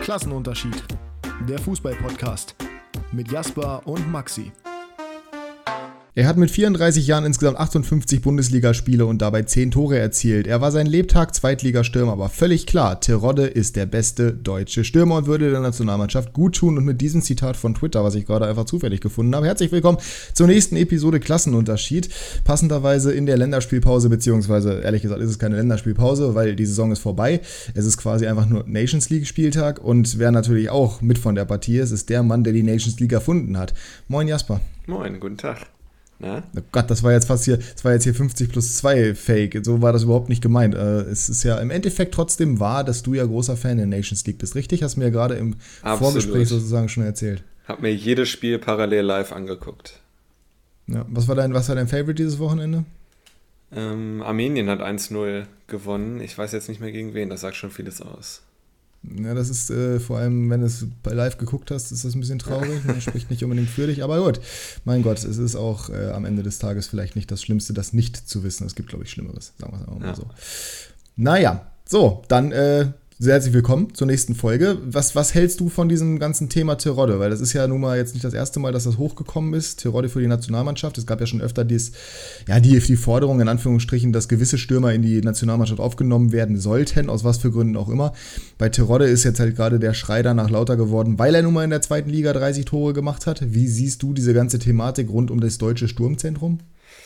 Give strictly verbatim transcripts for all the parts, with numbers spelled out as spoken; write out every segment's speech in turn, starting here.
Klassenunterschied. Der Fußball-Podcast mit Jasper und Maxi. Er hat mit vierunddreißig Jahren insgesamt achtundfünfzig Bundesligaspiele und dabei zehn Tore erzielt. Er war sein Lebtag Zweitligastürmer, aber völlig klar, Terodde ist der beste deutsche Stürmer und würde der Nationalmannschaft gut tun. Und mit diesem Zitat von Twitter, was ich gerade einfach zufällig gefunden habe, herzlich willkommen zur nächsten Episode Klassenunterschied. Passenderweise in der Länderspielpause, beziehungsweise ehrlich gesagt ist es keine Länderspielpause, weil die Saison ist vorbei. Es ist quasi einfach nur Nations League Spieltag und wer natürlich auch mit von der Partie ist, ist der Mann, der die Nations League erfunden hat. Moin Jasper. Moin, guten Tag. Na? Oh Gott, das war jetzt fast hier, das war jetzt hier fünfzig plus zwei Fake, so war das überhaupt nicht gemeint. Äh, es ist ja im Endeffekt trotzdem wahr, dass du ja großer Fan der Nations League bist, richtig? Hast du mir ja gerade im Absolut. Vorgespräch sozusagen schon erzählt. Hab mir jedes Spiel parallel live angeguckt. Ja, was war dein, was war dein Favorite dieses Wochenende? Ähm, Armenien hat eins null gewonnen, ich weiß jetzt nicht mehr gegen wen, das sagt schon vieles aus. Ja, das ist äh, vor allem, wenn du es bei live geguckt hast, ist das ein bisschen traurig. Das spricht nicht unbedingt für dich, aber gut. Mein Gott, es ist auch äh, am Ende des Tages vielleicht nicht das Schlimmste, das nicht zu wissen. Es gibt, glaube ich, Schlimmeres, sagen wir es einfach mal Ja. so. Naja, so, dann äh, sehr herzlich willkommen zur nächsten Folge. Was, was hältst du von diesem ganzen Thema Terodde? Weil das ist ja nun mal jetzt nicht das erste Mal, dass das hochgekommen ist. Terodde für die Nationalmannschaft. Es gab ja schon öfter dies, ja, die, die Forderung, in Anführungsstrichen, dass gewisse Stürmer in die Nationalmannschaft aufgenommen werden sollten, aus was für Gründen auch immer. Bei Terodde ist jetzt halt gerade der Schrei danach lauter geworden, weil er nun mal in der zweiten Liga dreißig Tore gemacht hat. Wie siehst du diese ganze Thematik rund um das deutsche Sturmzentrum?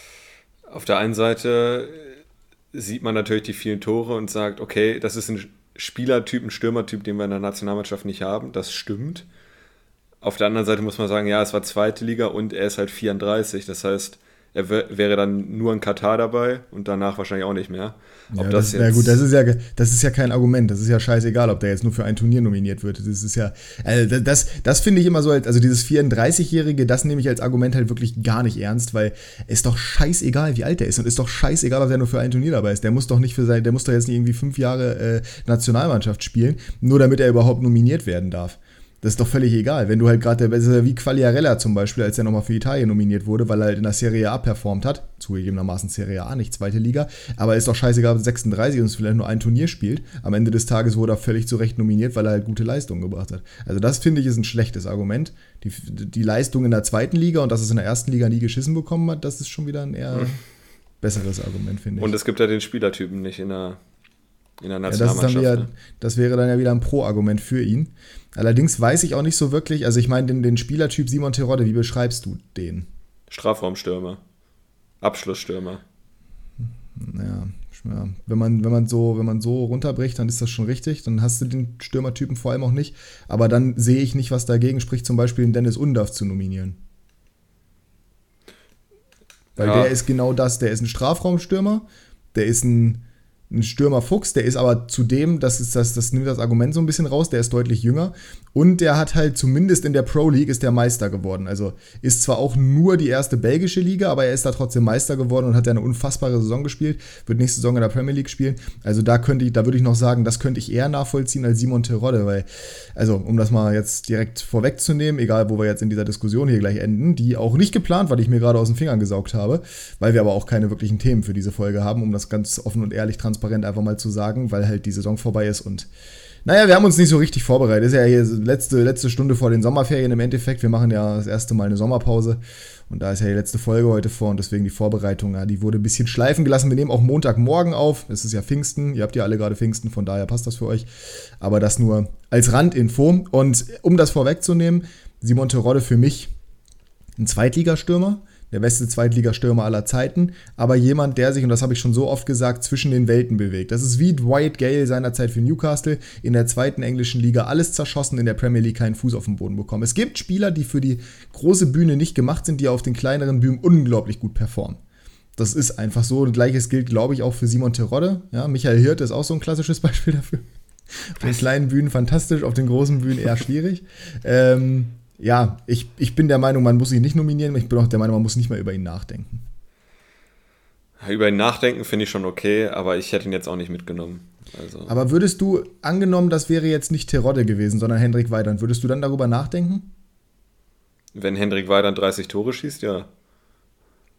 Auf der einen Seite sieht man natürlich die vielen Tore und sagt, okay, das ist ein Spielertyp, ein Stürmertyp, den wir in der Nationalmannschaft nicht haben. Das stimmt. Auf der anderen Seite muss man sagen, ja, es war zweite Liga und er ist halt vierunddreißig. Das heißt, er w- wäre dann nur in Katar dabei und danach wahrscheinlich auch nicht mehr. Ob Ja, das das, ja jetzt, gut, das ist ja, das ist ja kein Argument. Das ist ja scheißegal, ob der jetzt nur für ein Turnier nominiert wird. Das ist ja, also das, das finde ich immer so, also dieses vierunddreißigjährige, das nehme ich als Argument halt wirklich gar nicht ernst, weil es ist doch scheißegal, wie alt der ist und ist doch scheißegal, ob der nur für ein Turnier dabei ist. Der muss doch nicht für sein, der muss doch jetzt nicht irgendwie fünf Jahre äh, Nationalmannschaft spielen, nur damit er überhaupt nominiert werden darf. Das ist doch völlig egal. Wenn du halt gerade, das ist ja wie Quagliarella zum Beispiel, als er nochmal für Italien nominiert wurde, weil er halt in der Serie A performt hat, zugegebenermaßen Serie A, nicht zweite Liga, aber ist doch scheißegal, ob er sechsunddreißig und es vielleicht nur ein Turnier spielt. Am Ende des Tages wurde er völlig zu Recht nominiert, weil er halt gute Leistungen gebracht hat. Also das, finde ich, ist ein schlechtes Argument. Die, die Leistung in der zweiten Liga und dass es in der ersten Liga nie geschissen bekommen hat, das ist schon wieder ein eher Hm. besseres Argument, finde ich. Und es gibt ja den Spielertypen nicht in der, in der Ja, das, ist dann Nationalmannschaft. wieder, ne? das wäre dann ja wieder ein Pro-Argument für ihn. Allerdings weiß ich auch nicht so wirklich, also ich meine, den, den Spielertyp Simon Terodde, wie beschreibst du den? Strafraumstürmer. Abschlussstürmer. Ja, ja, wenn man, wenn man so, wenn man so runterbricht, dann ist das schon richtig. Dann hast du den Stürmertypen vor allem auch nicht. Aber dann sehe ich nicht, was dagegen spricht, zum Beispiel den Dennis Undav zu nominieren. Weil Ja. der ist genau das, der ist ein Strafraumstürmer, der ist ein Ein Stürmer-Fuchs, der ist aber zudem, das, ist das, das nimmt das Argument so ein bisschen raus, der ist deutlich jünger und der hat halt zumindest in der Pro League ist der Meister geworden. Also ist zwar auch nur die erste belgische Liga, aber er ist da trotzdem Meister geworden und hat ja eine unfassbare Saison gespielt, wird nächste Saison in der Premier League spielen. Also da könnte ich, da würde ich noch sagen, das könnte ich eher nachvollziehen als Simon Terodde, weil, also um das mal jetzt direkt vorwegzunehmen, egal wo wir jetzt in dieser Diskussion hier gleich enden, die auch nicht geplant war, die ich mir gerade aus den Fingern gesaugt habe, weil wir aber auch keine wirklichen Themen für diese Folge haben, um das ganz offen und ehrlich transparent einfach mal zu sagen, weil halt die Saison vorbei ist und naja, wir haben uns nicht so richtig vorbereitet. Ist ja hier letzte, letzte Stunde vor den Sommerferien im Endeffekt. Wir machen ja das erste Mal eine Sommerpause und da ist ja die letzte Folge heute vor und deswegen die Vorbereitung, ja, die wurde ein bisschen schleifen gelassen. Wir nehmen auch Montagmorgen auf. Es ist ja Pfingsten. Ihr habt ja alle gerade Pfingsten, von daher passt das für euch. Aber das nur als Randinfo. Und um das vorwegzunehmen, Simon Terodde für mich ein Zweitligastürmer. Der beste Zweitligastürmer aller Zeiten, aber jemand, der sich, und das habe ich schon so oft gesagt, zwischen den Welten bewegt. Das ist wie Dwight Gale seinerzeit für Newcastle, in der zweiten englischen Liga alles zerschossen, in der Premier League keinen Fuß auf den Boden bekommen. Es gibt Spieler, die für die große Bühne nicht gemacht sind, die auf den kleineren Bühnen unglaublich gut performen. Das ist einfach so. Und Gleiches gilt, glaube ich, auch für Simon Terodde. Ja, Michael Hirt ist auch so ein klassisches Beispiel dafür. Auf den kleinen Bühnen fantastisch, auf den großen Bühnen eher schwierig. ähm, Ja, ich, ich bin der Meinung, man muss ihn nicht nominieren. Ich bin auch der Meinung, man muss nicht mehr über ihn nachdenken. Über ihn nachdenken finde ich schon okay, aber ich hätte ihn jetzt auch nicht mitgenommen. Also. Aber würdest du, angenommen, das wäre jetzt nicht Terodde gewesen, sondern Hendrik Weidand, würdest du dann darüber nachdenken? Wenn Hendrik Weidand dreißig Tore schießt, ja.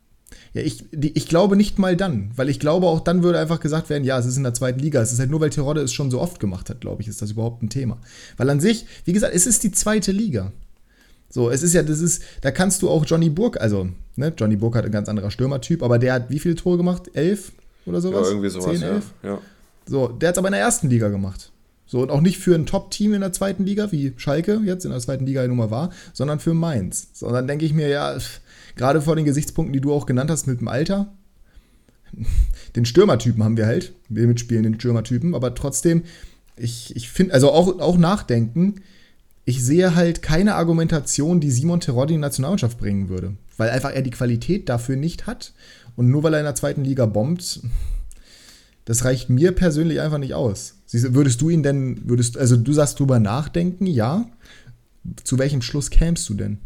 Ja, ich, die, ich glaube nicht mal dann, weil ich glaube, auch dann würde einfach gesagt werden, ja, es ist in der zweiten Liga. Es ist halt nur, weil Terodde es schon so oft gemacht hat, glaube ich, ist das überhaupt ein Thema. Weil an sich, wie gesagt, es ist die zweite Liga. So, es ist ja, das ist, da kannst du auch Johnny Burg, also, ne, Johnny Burg hat ein ganz anderer Stürmertyp, aber der hat wie viele Tore gemacht? Elf oder sowas? Ja, irgendwie sowas, Zehn, elf? Ja. ja. So, der hat es aber in der ersten Liga gemacht. So, und auch nicht für ein Top-Team in der zweiten Liga, wie Schalke jetzt in der zweiten Liga die Nummer war, sondern für Mainz. So, und dann denke ich mir, ja, gerade vor den Gesichtspunkten, die du auch genannt hast mit dem Alter, den Stürmertypen haben wir halt, wir mitspielen den Stürmertypen, aber trotzdem, ich, ich finde, also auch, auch nachdenken, ich sehe halt keine Argumentation, die Simon Terodde in die Nationalmannschaft bringen würde, weil einfach er die Qualität dafür nicht hat und nur weil er in der zweiten Liga bombt, das reicht mir persönlich einfach nicht aus. Würdest du ihn denn, würdest, also du sagst drüber nachdenken, ja? Zu welchem Schluss kämst du denn?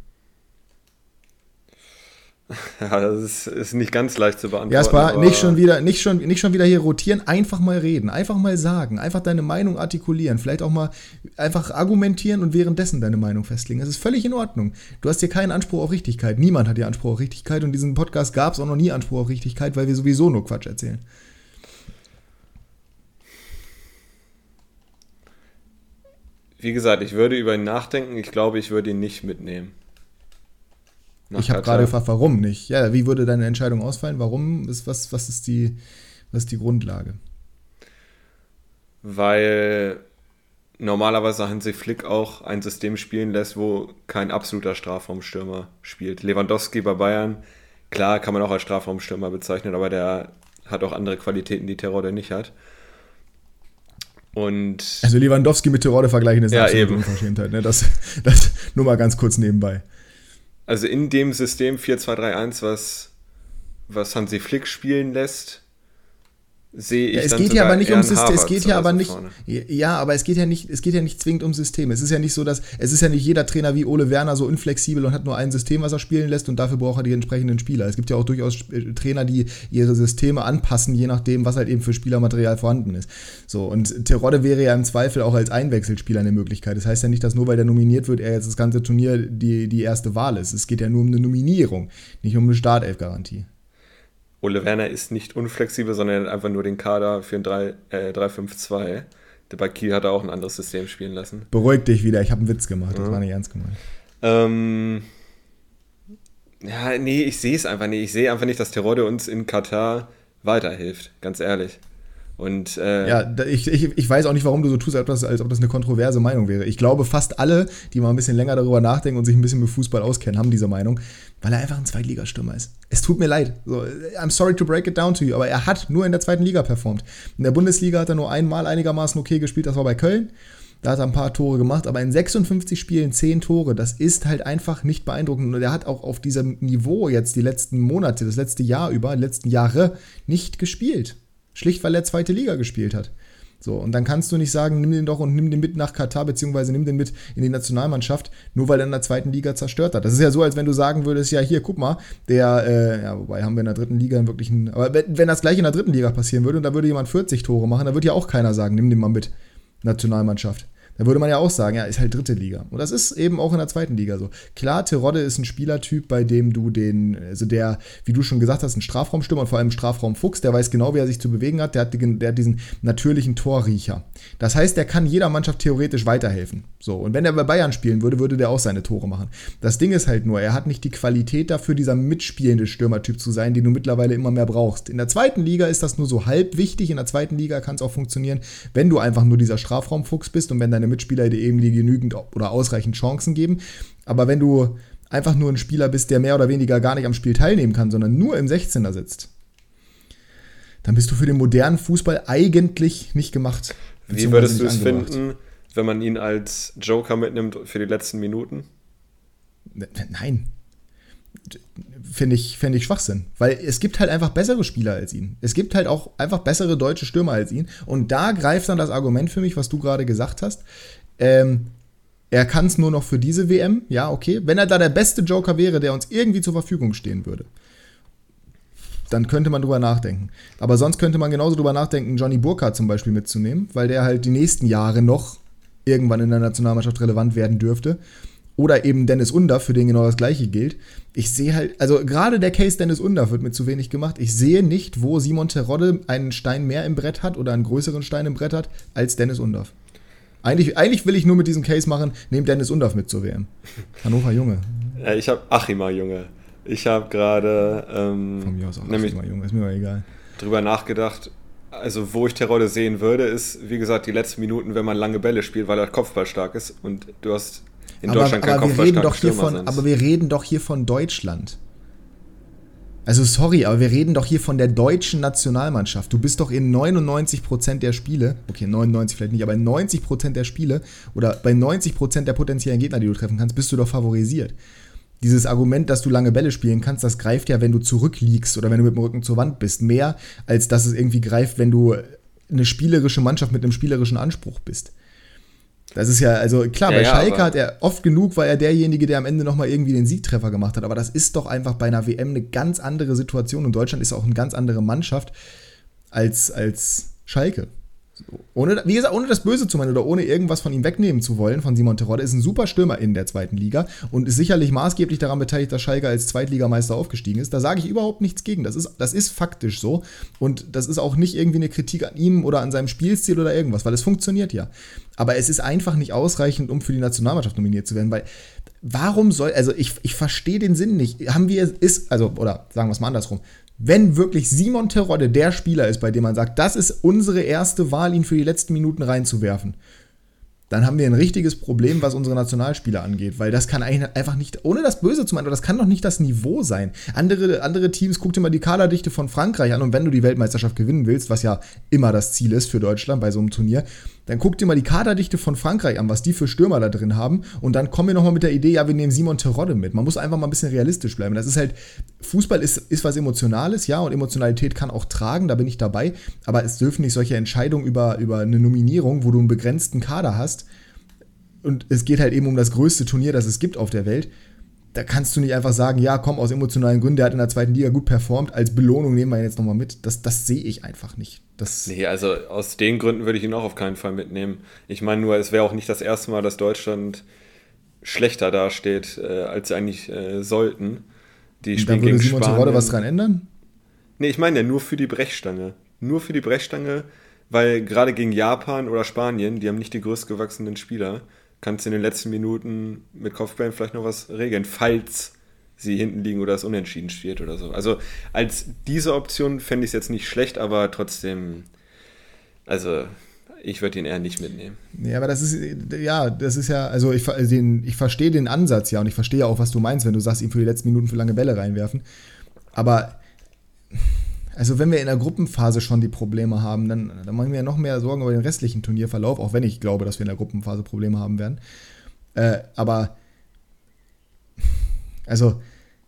Ja, das ist, ist nicht ganz leicht zu beantworten. Jasper, nicht schon wieder, nicht schon, nicht schon wieder hier rotieren, einfach mal reden, einfach mal sagen, einfach deine Meinung artikulieren, vielleicht auch mal einfach argumentieren und währenddessen deine Meinung festlegen. Das ist völlig in Ordnung. Du hast hier keinen Anspruch auf Richtigkeit. Niemand hat hier Anspruch auf Richtigkeit und diesen Podcast gab es auch noch nie Anspruch auf Richtigkeit, weil wir sowieso nur Quatsch erzählen. Wie gesagt, ich würde über ihn nachdenken. Ich glaube, ich würde ihn nicht mitnehmen. Nach ich habe gerade gefragt, warum nicht? Ja, wie würde deine Entscheidung ausfallen? Warum? Ist, was, was, ist die, was ist die Grundlage? Weil normalerweise Hansi Flick auch ein System spielen lässt, wo kein absoluter Strafraumstürmer spielt. Lewandowski bei Bayern, klar, kann man auch als Strafraumstürmer bezeichnen, aber der hat auch andere Qualitäten, die Terodde nicht hat. Und also Lewandowski mit Terodde vergleichen ist ja, absolut eben. Unverschämtheit. Ne? Das, das nur mal ganz kurz nebenbei. Also in dem System vier zwei drei eins, was, was Hansi Flick spielen lässt, sehe ich ja, es dann geht ja aber nicht ums System, es Havertz geht ja aber so nicht, vorne. ja, aber es geht ja nicht, es geht ja nicht zwingend ums System. Es ist ja nicht so, dass, es ist ja nicht jeder Trainer wie Ole Werner so unflexibel und hat nur ein System, was er spielen lässt und dafür braucht er die entsprechenden Spieler. Es gibt ja auch durchaus Trainer, die ihre Systeme anpassen, je nachdem, was halt eben für Spielermaterial vorhanden ist. So, und Terodde wäre ja im Zweifel auch als Einwechselspieler eine Möglichkeit. Das heißt ja nicht, dass nur weil der nominiert wird, er jetzt das ganze Turnier die, die erste Wahl ist. Es geht ja nur um eine Nominierung, nicht um eine Startelf-Garantie. Ole Werner ist nicht unflexibel, sondern einfach nur den Kader für ein drei fünf zwei. Der bei Kiel hat er auch ein anderes System spielen lassen. Beruhig dich wieder, ich habe einen Witz gemacht, das ja. war nicht ernst gemeint. Ähm, ja, nee, ich sehe es einfach nicht. Ich sehe einfach nicht, dass Terodde uns in Katar weiterhilft, ganz ehrlich. Und, äh, ja, ich, ich, ich weiß auch nicht, warum du so tust, als ob, das, als ob das eine kontroverse Meinung wäre. Ich glaube, fast alle, die mal ein bisschen länger darüber nachdenken und sich ein bisschen mit Fußball auskennen, haben diese Meinung, weil er einfach ein Zweitligastürmer ist. Es tut mir leid. So, I'm sorry to break it down to you, aber er hat nur in der zweiten Liga performt. In der Bundesliga hat er nur einmal einigermaßen okay gespielt, das war bei Köln. Da hat er ein paar Tore gemacht, aber in sechsundfünfzig Spielen zehn Tore, das ist halt einfach nicht beeindruckend. Und er hat auch auf diesem Niveau jetzt die letzten Monate, das letzte Jahr über, die letzten Jahre nicht gespielt. Schlicht, weil er zweite Liga gespielt hat. So, und dann kannst du nicht sagen, nimm den doch und nimm den mit nach Katar, beziehungsweise nimm den mit in die Nationalmannschaft, nur weil er in der zweiten Liga zerstört hat. Das ist ja so, als wenn du sagen würdest, ja hier, guck mal, der, äh, ja, wobei haben wir in der dritten Liga wirklich einen, aber wenn, wenn das gleich in der dritten Liga passieren würde und da würde jemand vierzig Tore machen, dann würde ja auch keiner sagen, nimm den mal mit, Nationalmannschaft. Da würde man ja auch sagen, ja, ist halt dritte Liga. Und das ist eben auch in der zweiten Liga so. Klar, Terodde ist ein Spielertyp, bei dem du den, also der, wie du schon gesagt hast, ein Strafraumstürmer und vor allem ein Strafraumfuchs, der weiß genau, wie er sich zu bewegen hat, der hat, der hat diesen natürlichen Torriecher. Das heißt, der kann jeder Mannschaft theoretisch weiterhelfen. So, und wenn er bei Bayern spielen würde, würde der auch seine Tore machen. Das Ding ist halt nur, er hat nicht die Qualität dafür, dieser mitspielende Stürmertyp zu sein, den du mittlerweile immer mehr brauchst. In der zweiten Liga ist das nur so halb wichtig, in der zweiten Liga kann es auch funktionieren, wenn du einfach nur dieser Strafraumfuchs bist und wenn deine Mitspieler dir eben die genügend oder ausreichend Chancen geben. Aber wenn du einfach nur ein Spieler bist, der mehr oder weniger gar nicht am Spiel teilnehmen kann, sondern nur im sechzehner sitzt, dann bist du für den modernen Fußball eigentlich nicht gemacht. Wie würdest du es finden, wenn man ihn als Joker mitnimmt für die letzten Minuten? Nein. Finde ich, fände ich Schwachsinn. Weil es gibt halt einfach bessere Spieler als ihn. Es gibt halt auch einfach bessere deutsche Stürmer als ihn. Und da greift dann das Argument für mich, was du gerade gesagt hast. Ähm, er kann es nur noch für diese W M. Ja, okay. Wenn er da der beste Joker wäre, der uns irgendwie zur Verfügung stehen würde, dann könnte man drüber nachdenken. Aber sonst könnte man genauso drüber nachdenken, Johnny Burkhardt zum Beispiel mitzunehmen, weil der halt die nächsten Jahre noch irgendwann in der Nationalmannschaft relevant werden dürfte. Oder eben Dennis Undaff, für den genau das Gleiche gilt. Ich sehe halt, also gerade der Case Dennis Undaff wird mir zu wenig gemacht. Ich sehe nicht, wo Simon Terodde einen Stein mehr im Brett hat oder einen größeren Stein im Brett hat, als Dennis Undaff. Eigentlich, eigentlich will ich nur mit diesem Case machen, nehmt Dennis Undaff mit zur W M. Hannover Junge. Ja, ich habe Achima Junge. Ich habe gerade ähm, Von mir aus auch nämlich Achima Junge, ist mir mal egal. drüber nachgedacht. Also wo ich Terodde sehen würde, ist, wie gesagt, die letzten Minuten, wenn man lange Bälle spielt, weil er kopfballstark ist und du hast in aber, Deutschland keinen kopfballstarken Stürmer. Von, aber wir reden doch hier von Deutschland. Also sorry, aber wir reden doch hier von der deutschen Nationalmannschaft. Du bist doch in neunundneunzig Prozent der Spiele, okay, neunundneunzig vielleicht nicht, aber in neunzig Prozent der Spiele oder bei neunzig Prozent der potenziellen Gegner, die du treffen kannst, bist du doch favorisiert. Dieses Argument, dass du lange Bälle spielen kannst, das greift ja, wenn du zurückliegst oder wenn du mit dem Rücken zur Wand bist, mehr, als dass es irgendwie greift, wenn du eine spielerische Mannschaft mit einem spielerischen Anspruch bist. Das ist ja, also klar, ja, bei ja, Schalke hat er oft genug, war er derjenige, der am Ende nochmal irgendwie den Siegtreffer gemacht hat, aber das ist doch einfach bei einer W M eine ganz andere Situation und Deutschland ist auch eine ganz andere Mannschaft als, als Schalke. Ohne, wie gesagt, ohne das Böse zu meinen oder ohne irgendwas von ihm wegnehmen zu wollen, von Simon Terodde, ist ein super Stürmer in der zweiten Liga und ist sicherlich maßgeblich daran beteiligt, dass Schalke als Zweitligameister aufgestiegen ist. Da sage ich überhaupt nichts gegen. Das ist, das ist faktisch so und das ist auch nicht irgendwie eine Kritik an ihm oder an seinem Spielstil oder irgendwas, weil es funktioniert ja. Aber es ist einfach nicht ausreichend, um für die Nationalmannschaft nominiert zu werden, weil warum soll, also ich, ich verstehe den Sinn nicht. Haben wir, ist, also, oder sagen wir es mal andersrum, wenn wirklich Simon Terodde der Spieler ist, bei dem man sagt, das ist unsere erste Wahl, ihn für die letzten Minuten reinzuwerfen, dann haben wir ein richtiges Problem, was unsere Nationalspieler angeht, weil das kann eigentlich einfach nicht, ohne das Böse zu meinen, das kann doch nicht das Niveau sein. Andere, andere Teams, guck dir mal die Kaderdichte von Frankreich an und wenn du die Weltmeisterschaft gewinnen willst, was ja immer das Ziel ist für Deutschland bei so einem Turnier, dann guck dir mal die Kaderdichte von Frankreich an, was die für Stürmer da drin haben und dann kommen wir nochmal mit der Idee, ja, wir nehmen Simon Terodde mit. Man muss einfach mal ein bisschen realistisch bleiben. Das ist halt, Fußball ist, ist was Emotionales, ja, und Emotionalität kann auch tragen, da bin ich dabei, aber es dürfen nicht solche Entscheidungen über, über eine Nominierung, wo du einen begrenzten Kader hast und es geht halt eben um das größte Turnier, das es gibt auf der Welt, da kannst du nicht einfach sagen, ja, komm, aus emotionalen Gründen, der hat in der zweiten Liga gut performt, als Belohnung nehmen wir ihn jetzt nochmal mit. Das, das sehe ich einfach nicht. Das nee, also aus den Gründen würde ich ihn auch auf keinen Fall mitnehmen. Ich meine nur, es wäre auch nicht das erste Mal, dass Deutschland schlechter dasteht, äh, als sie eigentlich äh, sollten. Die spielen gegen Simon Spanien. Terodde was dran ändern? Nee, ich meine ja nur für die Brechstange. Nur für die Brechstange, weil gerade gegen Japan oder Spanien, die haben nicht die größtgewachsenen Spieler, kannst du in den letzten Minuten mit Kopfbällen vielleicht noch was regeln, falls sie hinten liegen oder es unentschieden steht oder so. Also als diese Option fände ich es jetzt nicht schlecht, aber trotzdem, also ich würde ihn eher nicht mitnehmen. Ja, aber das ist, ja, das ist ja, also ich, den, ich verstehe den Ansatz ja und ich verstehe auch, was du meinst, wenn du sagst, ihm für die letzten Minuten für lange Bälle reinwerfen. Aber also wenn wir in der Gruppenphase schon die Probleme haben, dann, dann machen wir ja noch mehr Sorgen über den restlichen Turnierverlauf, auch wenn ich glaube, dass wir in der Gruppenphase Probleme haben werden. Äh, aber also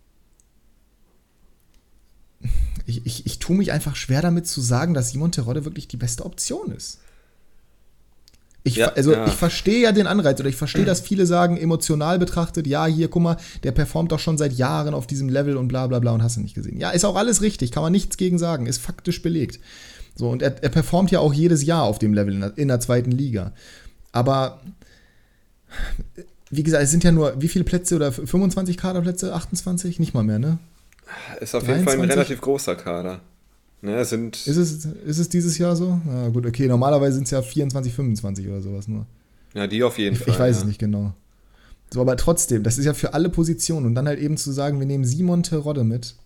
ich, ich, ich tue mich einfach schwer damit zu sagen, dass Simon Terodde wirklich die beste Option ist. Ich, ja, also ja. ich verstehe ja den Anreiz oder ich verstehe, dass viele sagen, emotional betrachtet, ja, hier, guck mal, der performt doch schon seit Jahren auf diesem Level und bla bla bla und hast du nicht gesehen. Ja, ist auch alles richtig, kann man nichts gegen sagen, ist faktisch belegt. So, und er, er performt ja auch jedes Jahr auf dem Level in der, in der zweiten Liga. Aber wie gesagt, es sind ja nur, wie viele Plätze oder fünfundzwanzig Kaderplätze? achtundzwanzig? Nicht mal mehr, ne? Ist auf jeden Fall ein relativ großer Kader. Ne, sind ist, es, ist es dieses Jahr so? Ja, gut, okay, normalerweise sind es ja vierundzwanzig, fünfundzwanzig oder sowas nur. Ja, die auf jeden ich, Fall. Ich weiß ja. es nicht genau. So, aber trotzdem, das ist ja für alle Positionen. Und dann halt eben zu sagen, wir nehmen Simon Terodde mit.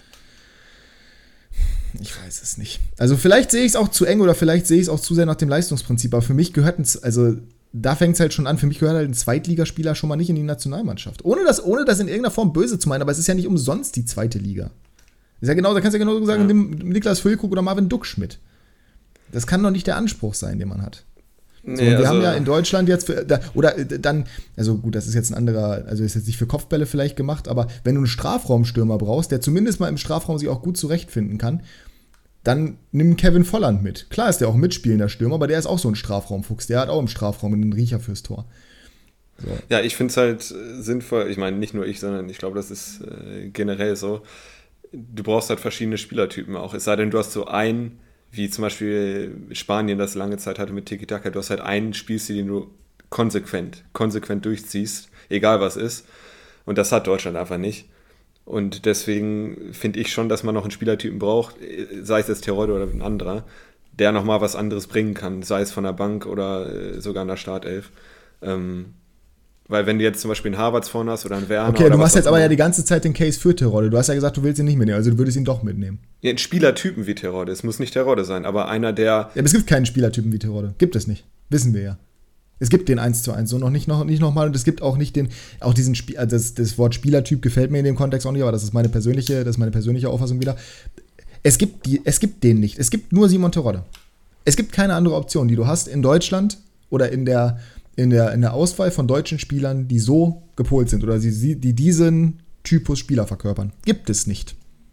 Ich weiß es nicht. Also vielleicht sehe ich es auch zu eng oder vielleicht sehe ich es auch zu sehr nach dem Leistungsprinzip. Aber für mich gehört, ein, also da fängt es halt schon an, für mich gehört halt ein Zweitligaspieler schon mal nicht in die Nationalmannschaft. Ohne das, ohne das in irgendeiner Form böse zu meinen, aber es ist ja nicht umsonst die zweite Liga. Ist ja genau, da kannst du ja genauso sagen, ja. nimm Niklas Füllkrug oder Marvin Duckschmidt. Das kann doch nicht der Anspruch sein, den man hat. So, nee, wir also haben ja in Deutschland jetzt, für, da, oder dann, also gut, das ist jetzt ein anderer, also ist jetzt nicht für Kopfbälle vielleicht gemacht, aber wenn du einen Strafraumstürmer brauchst, der zumindest mal im Strafraum sich auch gut zurechtfinden kann, dann nimm Kevin Volland mit. Klar ist der auch ein mitspielender Stürmer, aber der ist auch so ein Strafraumfuchs, der hat auch im Strafraum einen Riecher fürs Tor. So. Ja, ich finde es halt sinnvoll, ich meine nicht nur ich, sondern ich glaube, das ist äh, generell so, du brauchst halt verschiedene Spielertypen auch. Es sei denn, du hast so einen, wie zum Beispiel Spanien das lange Zeit hatte mit Tiki-Taka, du hast halt einen Spielstil, den du konsequent, konsequent durchziehst, egal was ist. Und das hat Deutschland einfach nicht. Und deswegen finde ich schon, dass man noch einen Spielertypen braucht, sei es jetzt Terodde oder ein anderer, der nochmal was anderes bringen kann, sei es von der Bank oder äh, sogar in der Startelf. Ähm, weil wenn du jetzt zum Beispiel einen Havertz vorne hast oder einen Werner... Okay, oder du machst was jetzt aber immer, ja die ganze Zeit den Case für Terodde. Du hast ja gesagt, du willst ihn nicht mitnehmen, also du würdest ihn doch mitnehmen. Ja, einen Spielertypen wie Terodde, es muss nicht Terodde sein, aber einer, der... Ja, aber es gibt keinen Spielertypen wie Terodde. Gibt es nicht. Wissen wir ja. Es gibt den eins zu eins, so noch nicht, noch, nicht nochmal. Und es gibt auch nicht den, auch diesen Spiel, also das, das Wort Spielertyp gefällt mir in dem Kontext auch nicht, aber das ist meine persönliche, das ist meine persönliche Auffassung wieder. Es gibt, die, es gibt den nicht. Es gibt nur Simon Terodde. Es gibt keine andere Option, die du hast in Deutschland oder in der, in der, in der Auswahl von deutschen Spielern, die so gepolt sind oder die, die diesen Typus Spieler verkörpern. Gibt es nicht.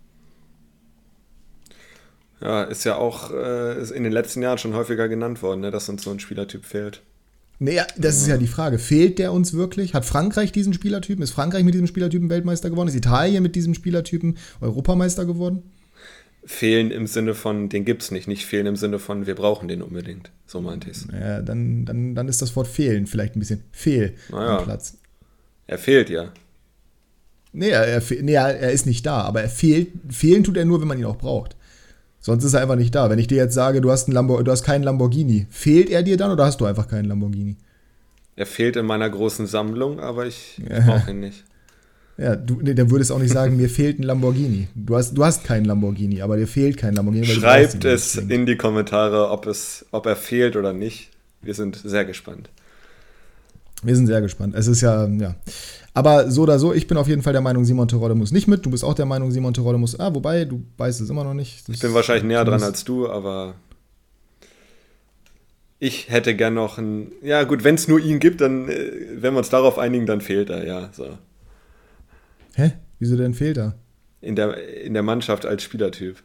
Ja, ist ja auch äh, ist in den letzten Jahren schon häufiger genannt worden, ne, dass uns so ein Spielertyp fehlt. Naja, das ist ja die Frage. Fehlt der uns wirklich? Hat Frankreich diesen Spielertypen? Ist Frankreich mit diesem Spielertypen Weltmeister geworden? Ist Italien mit diesem Spielertypen Europameister geworden? Fehlen im Sinne von, den gibt's nicht. Nicht fehlen im Sinne von, wir brauchen den unbedingt. So meinte ich es. Ja, dann, dann, dann ist das Wort fehlen vielleicht ein bisschen fehl naja. am Platz. Er fehlt ja. Nee, er, er, nee, er ist nicht da, aber er fehlt, fehlen tut er nur, wenn man ihn auch braucht. Sonst ist er einfach nicht da. Wenn ich dir jetzt sage, du hast, einen Lambo- du hast keinen Lamborghini, fehlt er dir dann oder hast du einfach keinen Lamborghini? Er fehlt in meiner großen Sammlung, aber ich, ich Ja. brauche ihn nicht. Ja, du, nee, dann würdest auch nicht sagen, mir fehlt ein Lamborghini. Du hast, du hast keinen Lamborghini, aber dir fehlt kein Lamborghini. Weil Schreibt du es in die Kommentare, ob, es, ob er fehlt oder nicht. Wir sind sehr gespannt. Wir sind sehr gespannt. Es ist ja, ja. Aber so oder so, ich bin auf jeden Fall der Meinung, Simon Terodde muss nicht mit. Du bist auch der Meinung, Simon Terodde muss. Ah, wobei, du weißt es immer noch nicht. Das Ich bin wahrscheinlich näher dran als du, aber ich hätte gern noch einen. Ja, gut, wenn es nur ihn gibt, dann, äh, wenn wir uns darauf einigen, dann fehlt er, ja. So. Hä? Wieso denn fehlt er? In der, in der Mannschaft als Spielertyp.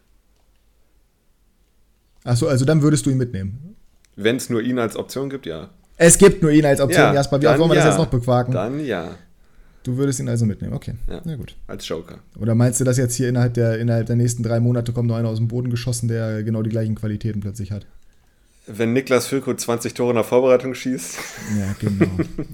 Achso, also dann würdest du ihn mitnehmen. Wenn es nur ihn als Option gibt, ja. Es gibt nur ihn als Option, Ja, Jasper. Wie dann wollen wir das ja. jetzt noch bequaken? Dann ja. Du würdest ihn also mitnehmen, okay. Ja. Na gut. Als Joker. Oder meinst du, dass jetzt hier innerhalb der, innerhalb der nächsten drei Monate kommt noch einer aus dem Boden geschossen, der genau die gleichen Qualitäten plötzlich hat? Wenn Niklas Füllkrug zwanzig Tore in der Vorbereitung schießt. Ja, genau.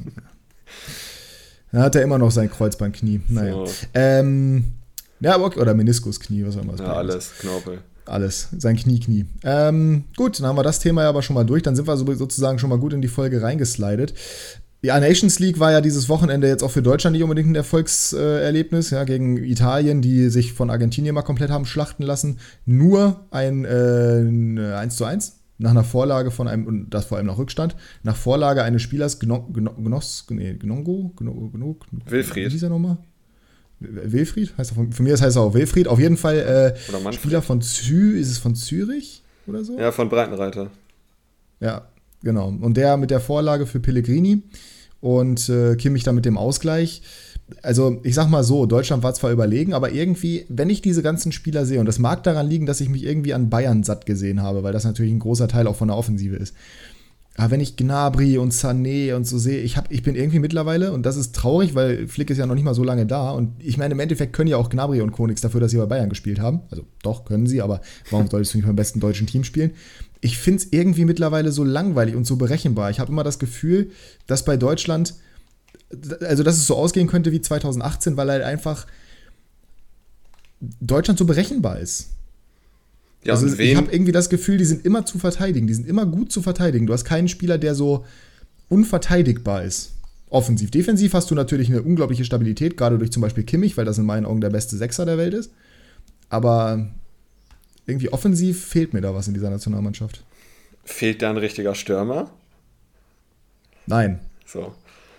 Dann hat er immer noch sein Kreuzbandknie. Naja. So. Ähm, ja, aber okay. Oder Meniskusknie, was auch immer. das Ja, bei ihm ist. alles, Knorpel. Alles, sein Knie-Knie. Ähm, gut, dann haben wir das Thema ja aber schon mal durch. Dann sind wir so, sozusagen schon mal gut in die Folge reingeslidet. Ja, Nations League war ja dieses Wochenende jetzt auch für Deutschland nicht unbedingt ein Erfolgserlebnis, ja, gegen Italien, die sich von Argentinien mal komplett haben schlachten lassen. Nur ein, äh, ein eins zu eins nach einer Vorlage von einem, und das vor allem nach Rückstand, nach Vorlage eines Spielers Gno, Gno, Gnos, nee, Gnongo, Gno, Gno, Wilfried. Wie hieß er nochmal? Wilfried? Heißt er von, von mir heißt er auch Wilfried. Auf jeden Fall äh, Oder Manfred. Spieler von Zü, ist es von Zürich oder so? Ja, von Breitenreiter. Ja, genau. Und der mit der Vorlage für Pellegrini und äh, Kimmich dann mit dem Ausgleich. Also ich sag mal so, Deutschland war zwar überlegen, aber irgendwie, wenn ich diese ganzen Spieler sehe, und das mag daran liegen, dass ich mich irgendwie an Bayern satt gesehen habe, weil das natürlich ein großer Teil auch von der Offensive ist. Aber wenn ich Gnabry und Sané und so sehe, ich, hab, ich bin irgendwie mittlerweile, und das ist traurig, weil Flick ist ja noch nicht mal so lange da, und ich meine, im Endeffekt können ja auch Gnabry und Co. nichts dafür, dass sie bei Bayern gespielt haben. Also doch, können sie, aber warum solltest du nicht beim besten deutschen Team spielen? Ich finde es irgendwie mittlerweile so langweilig und so berechenbar. Ich habe immer das Gefühl, dass bei Deutschland, also dass es so ausgehen könnte wie zwanzig achtzehn, weil halt einfach Deutschland so berechenbar ist. Ja, also und ich wen? habe irgendwie das Gefühl, die sind immer zu verteidigen. Die sind immer gut zu verteidigen. Du hast keinen Spieler, der so unverteidigbar ist. Offensiv. Defensiv hast du natürlich eine unglaubliche Stabilität, gerade durch zum Beispiel Kimmich, weil das in meinen Augen der beste Sechser der Welt ist. Aber irgendwie offensiv fehlt mir da was in dieser Nationalmannschaft. Fehlt da ein richtiger Stürmer? Nein. So.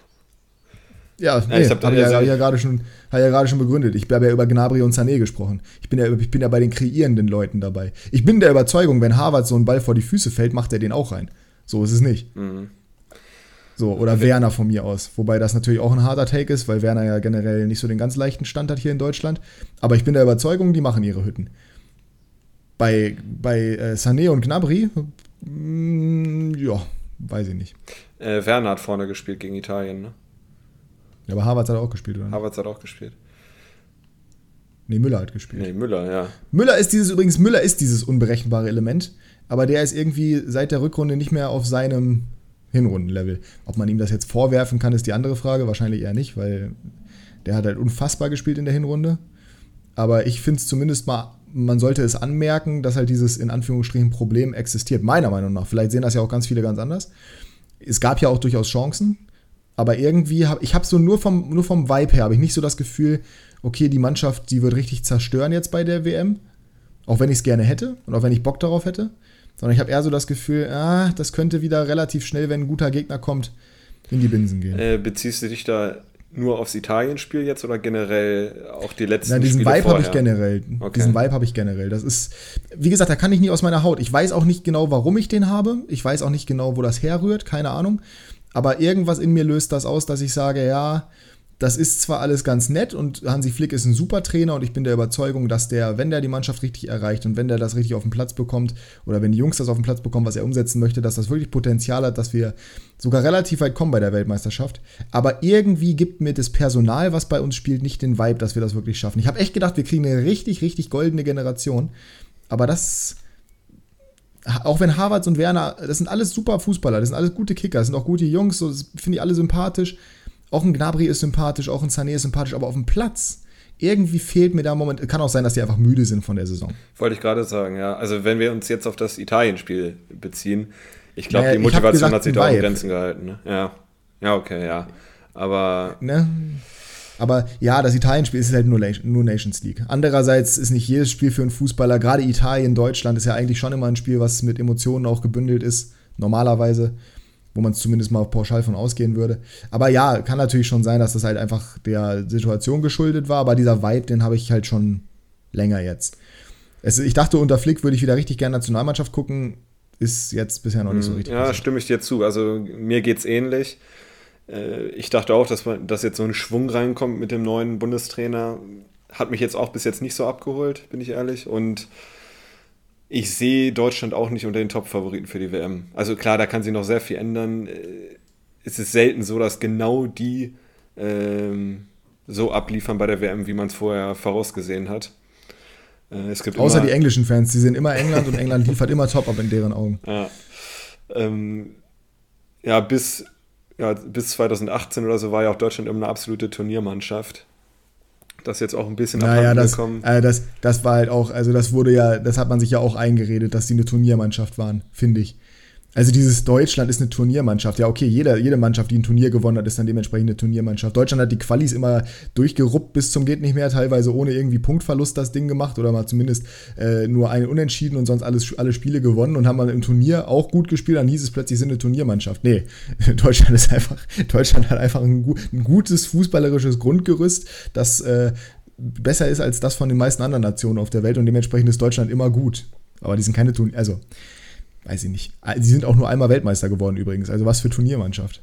Ja, Ja, nee, ich hab da- habe ja, also- hab ja gerade schon, hab ja gerade schon begründet. Ich habe ja über Gnabry und Sané gesprochen. Ich bin, ja, ich bin ja bei den kreierenden Leuten dabei. Ich bin der Überzeugung, wenn Harvard so einen Ball vor die Füße fällt, macht er den auch rein. So ist es nicht. Mhm. So, oder Werner von mir aus. Wobei das natürlich auch ein harter Take ist, weil Werner ja generell nicht so den ganz leichten Stand hat hier in Deutschland. Aber ich bin der Überzeugung, die machen ihre Hütten. Bei, bei äh, Sané und Gnabry, mh, ja, weiß ich nicht. Äh, Werner hat vorne gespielt gegen Italien, ne? Ja, aber Harvard hat auch gespielt, oder? Havertz hat auch gespielt. Nee, Müller hat gespielt. Nee, Müller, ja. Müller ist dieses, übrigens, Müller ist dieses unberechenbare Element, aber der ist irgendwie seit der Rückrunde nicht mehr auf seinem, Hinrundenlevel. Ob man ihm das jetzt vorwerfen kann, ist die andere Frage. Wahrscheinlich eher nicht, weil der hat halt unfassbar gespielt in der Hinrunde. Aber ich finde es zumindest mal, man sollte es anmerken, dass halt dieses in Anführungsstrichen Problem existiert. Meiner Meinung nach. Vielleicht sehen das ja auch ganz viele ganz anders. Es gab ja auch durchaus Chancen. Aber irgendwie habe ich habe so nur vom, nur vom Vibe her, habe ich nicht so das Gefühl, okay, die Mannschaft, die wird richtig zerstören jetzt bei der W M. Auch wenn ich es gerne hätte und auch wenn ich Bock darauf hätte. Sondern ich habe eher so das Gefühl, ah, das könnte wieder relativ schnell, wenn ein guter Gegner kommt, in die Binsen gehen. Äh, beziehst du dich da nur aufs Italien-Spiel jetzt oder generell auch die letzten Na, diesen Spiele Vibe habe ich generell. Okay. Diesen Vibe habe ich generell. Das ist, wie gesagt, da kann ich nie aus meiner Haut. Ich weiß auch nicht genau, warum ich den habe. Ich weiß auch nicht genau, wo das herrührt. Keine Ahnung. Aber irgendwas in mir löst das aus, dass ich sage, ja, das ist zwar alles ganz nett und Hansi Flick ist ein super Trainer und ich bin der Überzeugung, dass der, wenn der die Mannschaft richtig erreicht und wenn der das richtig auf den Platz bekommt oder wenn die Jungs das auf den Platz bekommen, was er umsetzen möchte, dass das wirklich Potenzial hat, dass wir sogar relativ weit kommen bei der Weltmeisterschaft. Aber irgendwie gibt mir das Personal, was bei uns spielt, nicht den Vibe, dass wir das wirklich schaffen. Ich habe echt gedacht, wir kriegen eine richtig, richtig goldene Generation. Aber das, auch wenn Havertz und Werner, das sind alles super Fußballer, das sind alles gute Kicker, das sind auch gute Jungs, so, das finde ich alle sympathisch. Auch ein Gnabry ist sympathisch, auch ein Sané ist sympathisch, aber auf dem Platz, irgendwie fehlt mir da im Moment, kann auch sein, dass die einfach müde sind von der Saison. Wollte ich gerade sagen, ja. Also wenn wir uns jetzt auf das Italien-Spiel beziehen, ich glaube, naja, die Motivation gesagt, hat sich da auch in Grenzen gehalten. Ne? Ja. Ja, okay, ja. Aber ne? Aber ja, das Italien-Spiel ist halt nur, nur Nations League. Andererseits ist nicht jedes Spiel für einen Fußballer, gerade Italien, Deutschland, ist ja eigentlich schon immer ein Spiel, was mit Emotionen auch gebündelt ist, normalerweise, wo man es zumindest mal pauschal von ausgehen würde. Aber ja, kann natürlich schon sein, dass das halt einfach der Situation geschuldet war, aber dieser Vibe, den habe ich halt schon länger jetzt. Es, ich dachte, unter Flick würde ich wieder richtig gerne Nationalmannschaft gucken, ist jetzt bisher noch nicht so richtig. Ja, passiert. Stimme ich dir zu. Also mir geht es ähnlich. Ich dachte auch, dass, man, dass jetzt so ein Schwung reinkommt mit dem neuen Bundestrainer. Hat mich jetzt auch bis jetzt nicht so abgeholt, bin ich ehrlich. Und ich sehe Deutschland auch nicht unter den Top-Favoriten für die W M. Also klar, da kann sich noch sehr viel ändern. Es ist selten so, dass genau die ähm, so abliefern bei der W M, wie man es vorher vorausgesehen hat. Äh, es gibt Außer immer, die englischen Fans, die sind immer England und England liefert immer top ab in deren Augen. Ja, ähm, ja bis, ja, bis zwanzig achtzehn oder so war ja auch Deutschland immer eine absolute Turniermannschaft. Das ist jetzt auch ein bisschen naja, abhanden das, gekommen. äh, das, das war halt auch, also das wurde ja, das hat man sich ja auch eingeredet, dass die eine Turniermannschaft waren, finde ich. Also dieses Deutschland ist eine Turniermannschaft. Ja, okay, jede, jede Mannschaft, die ein Turnier gewonnen hat, ist dann dementsprechend eine Turniermannschaft. Deutschland hat die Qualis immer durchgeruppt bis zum geht nicht mehr, teilweise ohne irgendwie Punktverlust das Ding gemacht oder mal zumindest äh, nur einen Unentschieden und sonst alles, alle Spiele gewonnen und haben dann im Turnier auch gut gespielt, dann hieß es plötzlich, sind eine Turniermannschaft. Nee, Deutschland ist einfach, Deutschland hat einfach ein, ein gutes fußballerisches Grundgerüst, das äh, besser ist als das von den meisten anderen Nationen auf der Welt und dementsprechend ist Deutschland immer gut. Aber die sind keine Turnier, also weiß ich nicht. Sie sind auch nur einmal Weltmeister geworden übrigens. Also was für Turniermannschaft.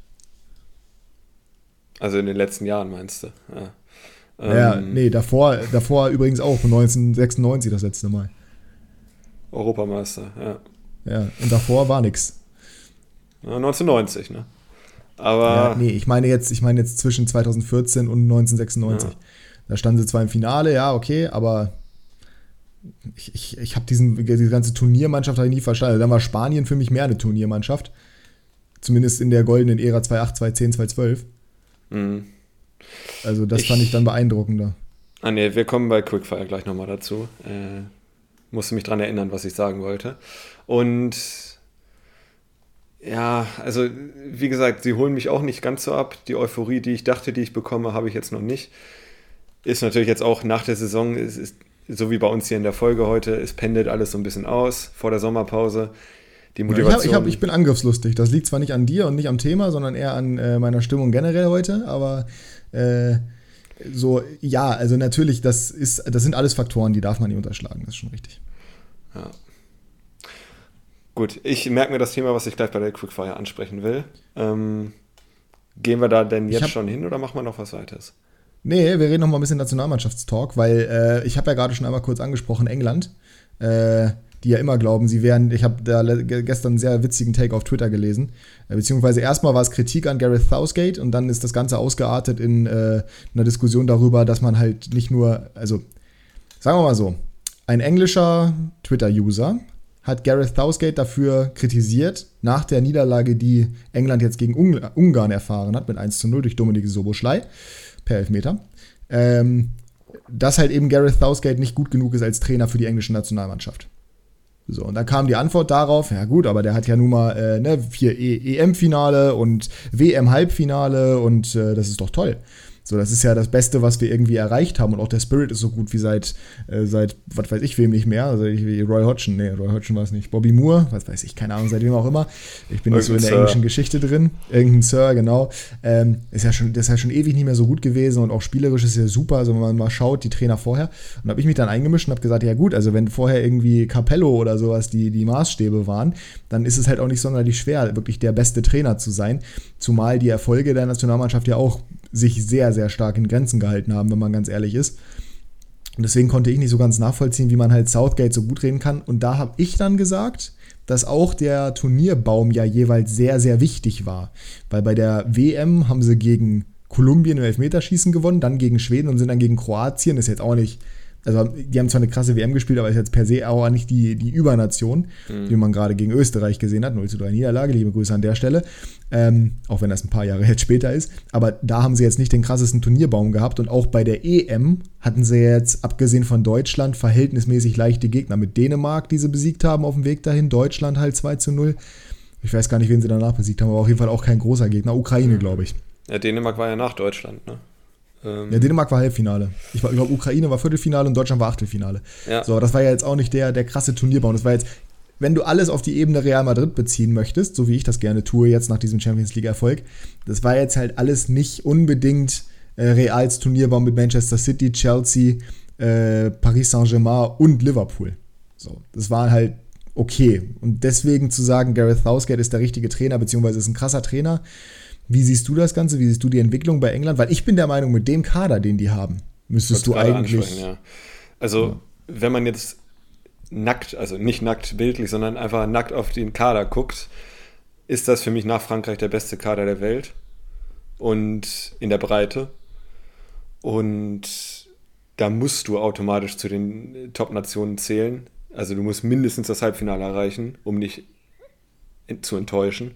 Also in den letzten Jahren meinst du? Ja, ja ähm, nee, davor, davor übrigens auch. neunzehnhundertsechsundneunzig das letzte Mal. Europameister, ja. Ja, und davor war nix. Ja, neunzehnhundertneunzig, ne? Aber... Ja, nee, ich meine jetzt, ich meine jetzt zwischen zweitausendvierzehn und neunzehnhundertsechsundneunzig. Ja. Da standen sie zwar im Finale, ja, okay, aber... Ich, ich, ich habe diese ganze Turniermannschaft halt nie verstanden. Dann war Spanien für mich mehr eine Turniermannschaft. Zumindest in der goldenen Ära zweitausendacht, zweitausendzehn, zweitausendzwölf. Mhm. Also das ich, fand ich dann beeindruckender. Ah ne, wir kommen bei Quickfire gleich nochmal dazu. Äh, musste mich dran erinnern, was ich sagen wollte. Und ja, also wie gesagt, sie holen mich auch nicht ganz so ab. Die Euphorie, die ich dachte, die ich bekomme, habe ich jetzt noch nicht. Ist natürlich jetzt auch nach der Saison, ist, ist so wie bei uns hier in der Folge heute, es pendelt alles so ein bisschen aus vor der Sommerpause. Die Motivation. Ich, hab, ich, hab, ich bin angriffslustig. Das liegt zwar nicht an dir und nicht am Thema, sondern eher an äh, meiner Stimmung generell heute, aber äh, so, ja, also natürlich, das ist, das sind alles Faktoren, die darf man nicht unterschlagen, das ist schon richtig. Ja. Gut, ich merke mir das Thema, was ich gleich bei der Quickfire ansprechen will. Ähm, gehen wir da denn jetzt hab, schon hin oder machen wir noch was weiteres? Nee, wir reden noch mal ein bisschen Nationalmannschaftstalk, weil äh, ich habe ja gerade schon einmal kurz angesprochen, England, äh, die ja immer glauben, sie wären, ich habe da gestern einen sehr witzigen Take auf Twitter gelesen, äh, beziehungsweise erstmal war es Kritik an Gareth Southgate und dann ist das Ganze ausgeartet in äh, einer Diskussion darüber, dass man halt nicht nur, also sagen wir mal so, ein englischer Twitter-User hat Gareth Southgate dafür kritisiert, nach der Niederlage, die England jetzt gegen Ung- Ungarn erfahren hat, mit eins zu null durch Dominik Szoboszlai per Elfmeter, ähm, dass halt eben Gareth Southgate nicht gut genug ist als Trainer für die englische Nationalmannschaft. So, und dann kam die Antwort darauf, ja gut, aber der hat ja nun mal äh, ne, vier E M-Finale und W M-Halbfinale und äh, das ist doch toll. So, das ist ja das Beste, was wir irgendwie erreicht haben und auch der Spirit ist so gut wie seit, äh, seit was weiß ich wem nicht mehr, also wie Roy Hodgson, nee, Roy Hodgson war es nicht, Bobby Moore, was weiß ich, keine Ahnung, seit wem auch immer, ich bin nicht so in der Sir. englischen Geschichte drin, irgendein Sir, genau, ähm, ist ja schon, das ist ja schon ewig nicht mehr so gut gewesen und auch spielerisch ist ja super, also wenn man mal schaut, die Trainer vorher, und habe ich mich dann eingemischt und habe gesagt, ja gut, also wenn vorher irgendwie Capello oder sowas die, die Maßstäbe waren, dann ist es halt auch nicht sonderlich schwer, wirklich der beste Trainer zu sein, zumal die Erfolge der Nationalmannschaft ja auch sich sehr, sehr stark in Grenzen gehalten haben, wenn man ganz ehrlich ist. Und deswegen konnte ich nicht so ganz nachvollziehen, wie man halt Southgate so gut reden kann. Und da habe ich dann gesagt, dass auch der Turnierbaum ja jeweils sehr, sehr wichtig war. Weil bei der W M haben sie gegen Kolumbien im Elfmeterschießen gewonnen, dann gegen Schweden und sind dann gegen Kroatien. Das ist jetzt auch nicht, also die haben zwar eine krasse W M gespielt, aber ist jetzt per se auch nicht die, die Übernation, mhm. wie man gerade gegen Österreich gesehen hat. null zu drei Niederlage, liebe Grüße an der Stelle. Ähm, auch wenn das ein paar Jahre jetzt später ist. Aber da haben sie jetzt nicht den krassesten Turnierbaum gehabt. Und auch bei der E M hatten sie jetzt, abgesehen von Deutschland, verhältnismäßig leichte Gegner. Mit Dänemark, die sie besiegt haben auf dem Weg dahin. Deutschland halt zwei zu null. Ich weiß gar nicht, wen sie danach besiegt haben, aber auf jeden Fall auch kein großer Gegner. Ukraine, glaube ich. Ja, Dänemark war ja nach Deutschland, ne? Ähm ja, Dänemark war Halbfinale. Ich, ich glaube, Ukraine war Viertelfinale und Deutschland war Achtelfinale. Ja. So, das war ja jetzt auch nicht der, der krasse Turnierbaum. Das war jetzt, wenn du alles auf die Ebene Real Madrid beziehen möchtest, so wie ich das gerne tue jetzt nach diesem Champions League-Erfolg, das war jetzt halt alles nicht unbedingt äh, Reals Turnierbaum mit Manchester City, Chelsea, äh, Paris Saint-Germain und Liverpool. So, das war halt okay. Und deswegen zu sagen, Gareth Southgate ist der richtige Trainer, beziehungsweise ist ein krasser Trainer. Wie siehst du das Ganze? Wie siehst du die Entwicklung bei England? Weil ich bin der Meinung, mit dem Kader, den die haben, müsstest du eigentlich... Ja. Also, ja. Wenn man jetzt nackt, also nicht nackt bildlich, sondern einfach nackt auf den Kader guckt, ist das für mich nach Frankreich der beste Kader der Welt und in der Breite. Und da musst du automatisch zu den Top-Nationen zählen. Also du musst mindestens das Halbfinale erreichen, um nicht zu enttäuschen.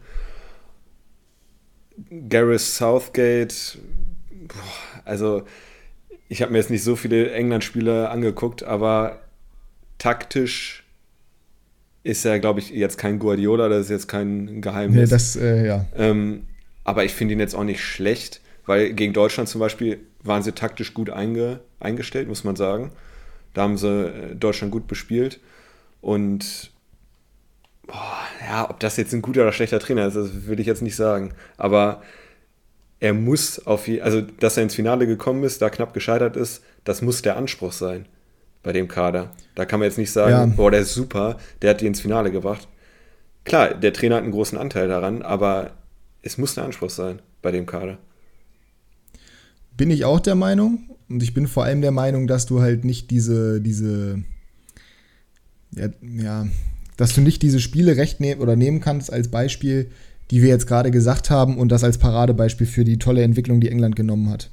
Gareth Southgate, boah, also ich habe mir jetzt nicht so viele England-Spiele angeguckt, aber taktisch ist er, glaube ich, jetzt kein Guardiola, das ist jetzt kein Geheimnis. Nee, das, äh, ja. Ähm, aber ich finde ihn jetzt auch nicht schlecht, weil gegen Deutschland zum Beispiel waren sie taktisch gut einge, eingestellt, muss man sagen. Da haben sie Deutschland gut bespielt und boah, ja, ob das jetzt ein guter oder schlechter Trainer ist, das würde ich jetzt nicht sagen. Aber er muss auf je, also dass er ins Finale gekommen ist, da knapp gescheitert ist, das muss der Anspruch sein bei dem Kader. Da kann man jetzt nicht sagen, ja. boah, der ist super, der hat die ins Finale gebracht. Klar, der Trainer hat einen großen Anteil daran, aber es muss der Anspruch sein bei dem Kader. Bin ich auch der Meinung. Und ich bin vor allem der Meinung, dass du halt nicht diese, diese, ja, ja dass du nicht diese Spiele recht nehmen oder nehmen kannst als Beispiel, die wir jetzt gerade gesagt haben und das als Paradebeispiel für die tolle Entwicklung, die England genommen hat.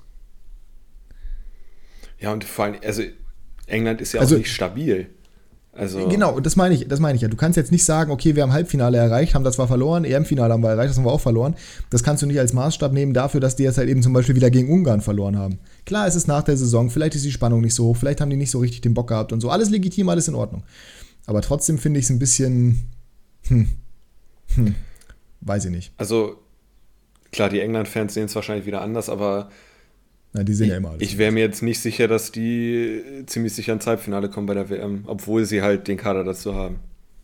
Ja, und vor allem, also England ist ja also, auch nicht stabil. Also genau, das meine ich, das meine ich ja. Du kannst jetzt nicht sagen, okay, wir haben Halbfinale erreicht, haben das zwar verloren, E M-Finale haben wir erreicht, das haben wir auch verloren. Das kannst du nicht als Maßstab nehmen dafür, dass die jetzt halt eben zum Beispiel wieder gegen Ungarn verloren haben. Klar, es ist nach der Saison, vielleicht ist die Spannung nicht so hoch, vielleicht haben die nicht so richtig den Bock gehabt und so. Alles legitim, alles in Ordnung. Aber trotzdem finde ich es ein bisschen, hm, hm, weiß ich nicht. Also, klar, die England-Fans sehen es wahrscheinlich wieder anders, aber Na, die sehen ich, ja immer alles. ich wäre mir jetzt nicht sicher, dass die ziemlich sicher ins Halbfinale kommen bei der W M, obwohl sie halt den Kader dazu haben.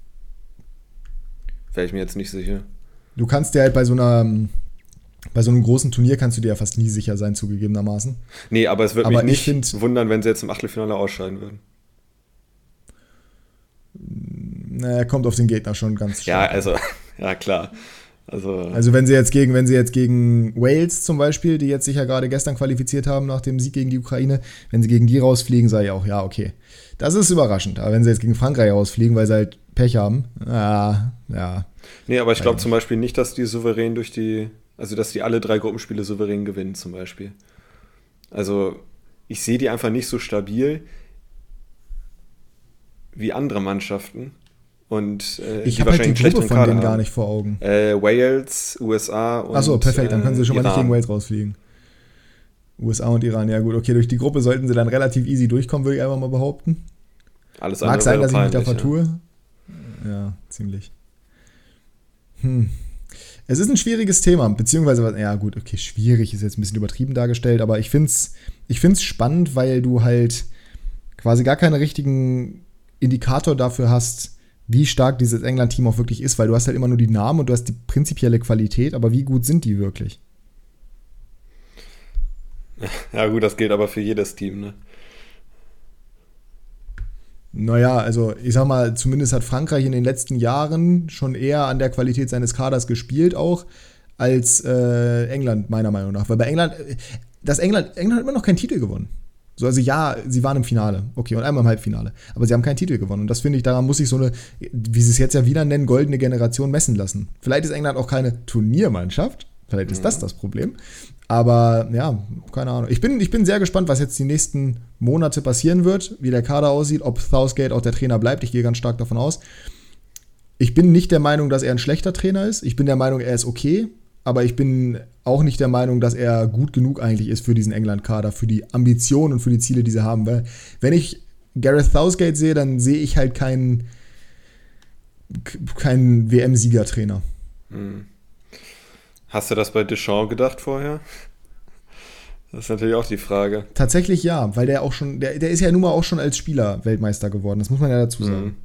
Wäre ich mir jetzt nicht sicher. Du kannst dir halt bei so einer, bei so einem großen Turnier kannst du dir ja fast nie sicher sein, zugegebenermaßen. Nee, aber es würde aber mich nicht find, wundern, wenn sie jetzt im Achtelfinale ausscheiden würden. Naja, kommt auf den Gegner schon ganz stark. Ja, also, ja klar. Also, also wenn sie jetzt gegen, wenn sie jetzt gegen Wales zum Beispiel, die jetzt sich ja gerade gestern qualifiziert haben nach dem Sieg gegen die Ukraine, wenn sie gegen die rausfliegen, sage ich auch, ja, okay. Das ist überraschend. Aber wenn sie jetzt gegen Frankreich rausfliegen, weil sie halt Pech haben, ja, ja. Nee, aber ich glaube zum Beispiel nicht, dass die souverän durch die, also dass die alle drei Gruppenspiele souverän gewinnen zum Beispiel. Also ich sehe die einfach nicht so stabil wie andere Mannschaften. Und äh, ich die habe halt die wahrscheinlich einen Gruppe schlechteren von Kader denen gar haben. nicht vor Augen. Äh, Wales, U S A und Achso, perfekt, dann können sie schon mal äh, nicht gegen Iran. Wales rausfliegen. U S A und Iran, ja gut, okay, durch die Gruppe sollten sie dann relativ easy durchkommen, würde ich einfach mal behaupten. Alles Mag andere sein, wäre dass ich mich da peinlich, vertue. Ja, ja ziemlich. Hm. Es ist ein schwieriges Thema, beziehungsweise, ja gut, okay, schwierig ist jetzt ein bisschen übertrieben dargestellt, aber ich finde es ich find's spannend, weil du halt quasi gar keinen richtigen Indikator dafür hast, wie stark dieses England-Team auch wirklich ist, weil du hast halt immer nur die Namen und du hast die prinzipielle Qualität, aber wie gut sind die wirklich? Ja. Ja gut, das gilt aber für jedes Team, ne? Naja, also ich sag mal, zumindest hat Frankreich in den letzten Jahren schon eher an der Qualität seines Kaders gespielt auch, als äh, England, meiner Meinung nach. Weil bei England, das England, England hat immer noch keinen Titel gewonnen. So, also ja, sie waren im Finale, okay, und einmal im Halbfinale, aber sie haben keinen Titel gewonnen. Und das finde ich, daran muss sich so eine, wie sie es jetzt ja wieder nennen, goldene Generation messen lassen. Vielleicht ist England auch keine Turniermannschaft, vielleicht ist mhm. das das Problem. Aber ja, keine Ahnung. Ich bin, ich bin sehr gespannt, was jetzt die nächsten Monate passieren wird, wie der Kader aussieht, ob Southgate auch der Trainer bleibt. Ich gehe ganz stark davon aus. Ich bin nicht der Meinung, dass er ein schlechter Trainer ist. Ich bin der Meinung, er ist okay. Aber ich bin auch nicht der Meinung, dass er gut genug eigentlich ist für diesen England-Kader, für die Ambitionen und für die Ziele, die sie haben. Weil wenn ich Gareth Southgate sehe, dann sehe ich halt keinen, keinen W M-Siegertrainer. Hm. Hast du das bei Deschamps gedacht vorher? Das ist natürlich auch die Frage. Tatsächlich ja, weil der auch schon, der, der ist ja nun mal auch schon als Spieler Weltmeister geworden, das muss man ja dazu sagen. Mhm.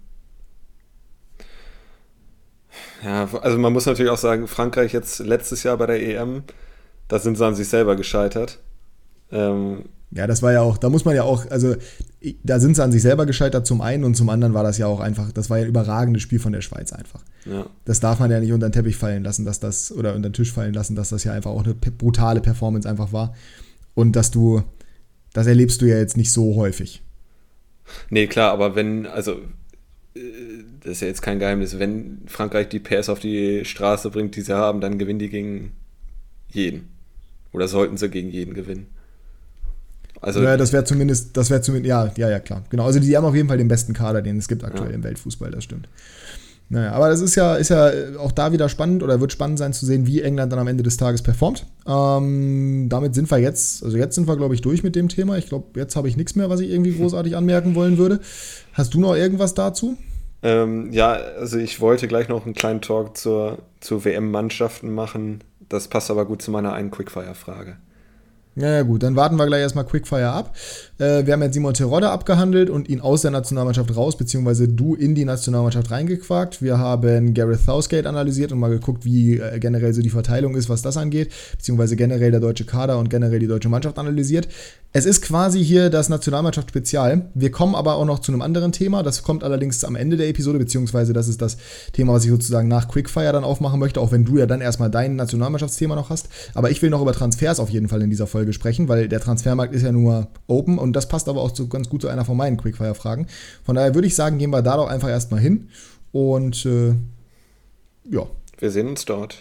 Ja, also man muss natürlich auch sagen, Frankreich jetzt letztes Jahr bei der E M, da sind sie an sich selber gescheitert. Ähm, ja, das war ja auch, da muss man ja auch, also da sind sie an sich selber gescheitert zum einen und zum anderen war das ja auch einfach, das war ja ein überragendes Spiel von der Schweiz einfach. Ja. Das darf man ja nicht unter den Teppich fallen lassen, dass das, oder unter den Tisch fallen lassen, dass das ja einfach auch eine brutale Performance einfach war. Und dass du, das erlebst du ja jetzt nicht so häufig. Nee, klar, aber wenn, also das ist ja jetzt kein Geheimnis, wenn Frankreich die P S auf die Straße bringt, die sie haben, dann gewinnen die gegen jeden. Oder sollten sie gegen jeden gewinnen. Also, ja, das wäre zumindest, das wäre zumindest, ja, ja, ja, klar. Genau, also die haben auf jeden Fall den besten Kader, den es gibt aktuell ja. im Weltfußball, das stimmt. Naja, aber das ist ja, ist ja auch da wieder spannend oder wird spannend sein zu sehen, wie England dann am Ende des Tages performt. Ähm, damit sind wir jetzt, also jetzt sind wir, glaube ich, durch mit dem Thema. Ich glaube, jetzt habe ich nichts mehr, was ich irgendwie großartig anmerken wollen würde. Hast du noch irgendwas dazu? Ähm, ja, also ich wollte gleich noch einen kleinen Talk zur, zu W M-Mannschaften machen. Das passt aber gut zu meiner einen Quickfire-Frage. Ja, ja, gut, dann warten wir gleich erstmal Quickfire ab. Äh, wir haben jetzt Simon Terodde abgehandelt und ihn aus der Nationalmannschaft raus, beziehungsweise du in die Nationalmannschaft reingequakt. Wir haben Gareth Southgate analysiert und mal geguckt, wie äh, generell so die Verteilung ist, was das angeht, beziehungsweise generell der deutsche Kader und generell die deutsche Mannschaft analysiert. Es ist quasi hier das Nationalmannschaft-Spezial. Wir kommen aber auch noch zu einem anderen Thema. Das kommt allerdings am Ende der Episode, beziehungsweise das ist das Thema, was ich sozusagen nach Quickfire dann aufmachen möchte, auch wenn du ja dann erstmal dein Nationalmannschaftsthema noch hast. Aber ich will noch über Transfers auf jeden Fall in dieser Folge sprechen, weil der Transfermarkt ist ja nur open und das passt aber auch zu, ganz gut zu einer von meinen Quickfire-Fragen. Von daher würde ich sagen, gehen wir da doch einfach erstmal hin und äh, ja. Wir sehen uns dort.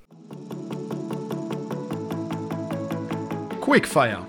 Quickfire.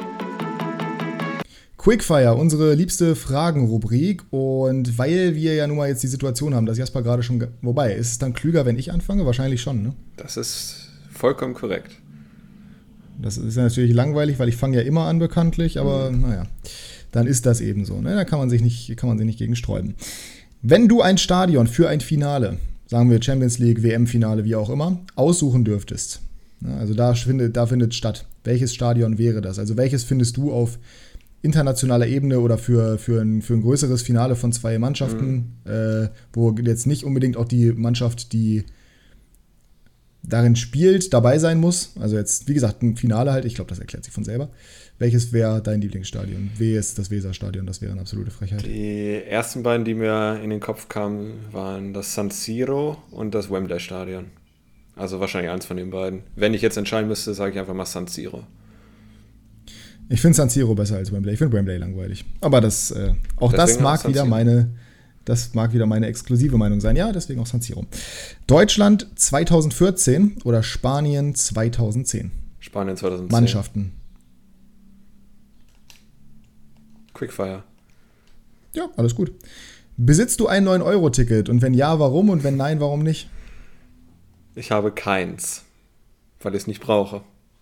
Quickfire, unsere liebste Fragenrubrik. Und weil wir ja nun mal jetzt die Situation haben, dass Jasper gerade schon. Ge- Wobei, ist es dann klüger, wenn ich anfange? Wahrscheinlich schon, ne? Das ist vollkommen korrekt. Das ist ja natürlich langweilig, weil ich fange ja immer an, bekanntlich, aber mhm. naja, dann ist das eben so. Ne? Da kann man sich nicht, kann man sich nicht gegen sträuben. Wenn du ein Stadion für ein Finale, sagen wir Champions League, W M-Finale, wie auch immer, aussuchen dürftest, ne? Also da findet, da findet statt. Welches Stadion wäre das? Also welches findest du auf internationaler Ebene oder für, für, ein, für ein größeres Finale von zwei Mannschaften, mhm. äh, wo jetzt nicht unbedingt auch die Mannschaft, die darin spielt, dabei sein muss. Also jetzt, wie gesagt, ein Finale halt, ich glaube, das erklärt sich von selber. Welches wäre dein Lieblingsstadion? W ist das Weserstadion, das wäre eine absolute Frechheit. Die ersten beiden, die mir in den Kopf kamen, waren das San Siro und das Wembley-Stadion. Also wahrscheinlich eins von den beiden. Wenn ich jetzt entscheiden müsste, sage ich einfach mal San Siro. Ich finde San Siro besser als Wembley. Ich finde Wembley langweilig. Aber das, äh, auch Deswegen das mag auch wieder meine, das mag wieder meine exklusive Meinung sein. Ja, deswegen auch San Siro. Deutschland zwanzig vierzehn oder Spanien zwanzig zehn? Spanien zwanzig zehn. Mannschaften. Quickfire. Ja, alles gut. Besitzt du ein neun Euro Ticket? Und wenn ja, warum? Und wenn nein, warum nicht? Ich habe keins, weil ich es nicht brauche.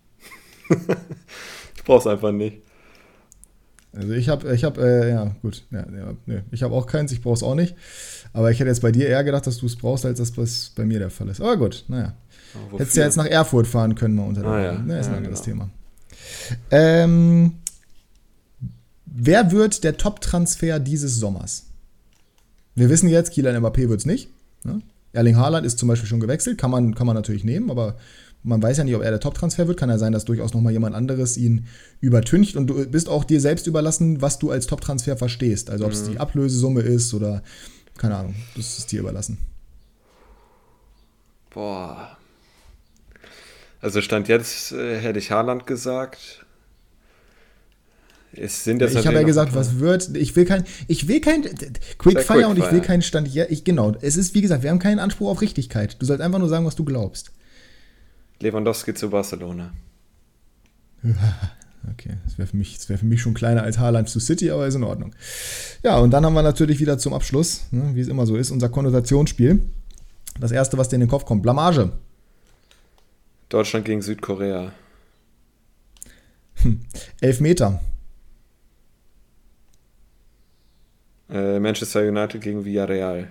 Ich brauche es einfach nicht. Also ich habe, ich habe, äh, ja gut, ja, ja, nee. Ich habe auch keins, ich brauche es auch nicht. Aber ich hätte jetzt bei dir eher gedacht, dass du es brauchst, als das was bei mir der Fall ist. Aber gut, naja. Oh, hättest du ja jetzt nach Erfurt fahren können mal unter der ah, Woche. ja. Ne, ist ja, ein anderes genau. Thema. Ähm, wer wird der Top-Transfer dieses Sommers? Wir wissen jetzt, Kylian Mbappé wird es nicht. Ne? Erling Haaland ist zum Beispiel schon gewechselt, kann man, kann man natürlich nehmen, aber man weiß ja nicht, ob er der Top-Transfer wird. Kann ja sein, dass durchaus nochmal jemand anderes ihn übertüncht. Und du bist auch dir selbst überlassen, was du als Top-Transfer verstehst. Also ob es mhm. die Ablösesumme ist oder, keine Ahnung, das ist dir überlassen. Boah. Also Stand jetzt äh, hätte ich Haaland gesagt. Es sind jetzt ich habe ja gesagt, was wird. Ich will kein, ich will kein Quickfire und ich will keinen Stand. Ja, ich, genau. Es ist, wie gesagt, wir haben keinen Anspruch auf Richtigkeit. Du sollst einfach nur sagen, was du glaubst. Lewandowski zu Barcelona. Okay, das wäre für mich, das wäre für mich schon kleiner als Haaland zu City, aber ist in Ordnung. Ja, und dann haben wir natürlich wieder zum Abschluss, ne, wie es immer so ist, unser Konnotationsspiel. Das erste, was dir in den Kopf kommt, Blamage. Deutschland gegen Südkorea. Hm. Elfmeter. Äh, Manchester United gegen Villarreal.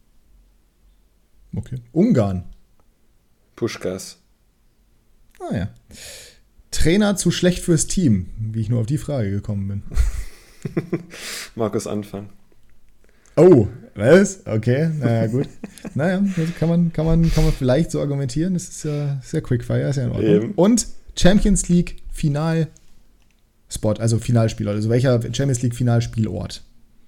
Okay. Ungarn. Puschkas. Ah ja. Trainer zu schlecht fürs Team, wie ich nur auf die Frage gekommen bin. Markus Anfang. Oh, was? Okay, naja, gut. Naja, kann man, kann man, kann man vielleicht so argumentieren. Das ist ja sehr Quickfire, ist ja in Ordnung. Eben. Und Champions League Finalspot, also Finalspiel, also welcher Champions League Finalspielort?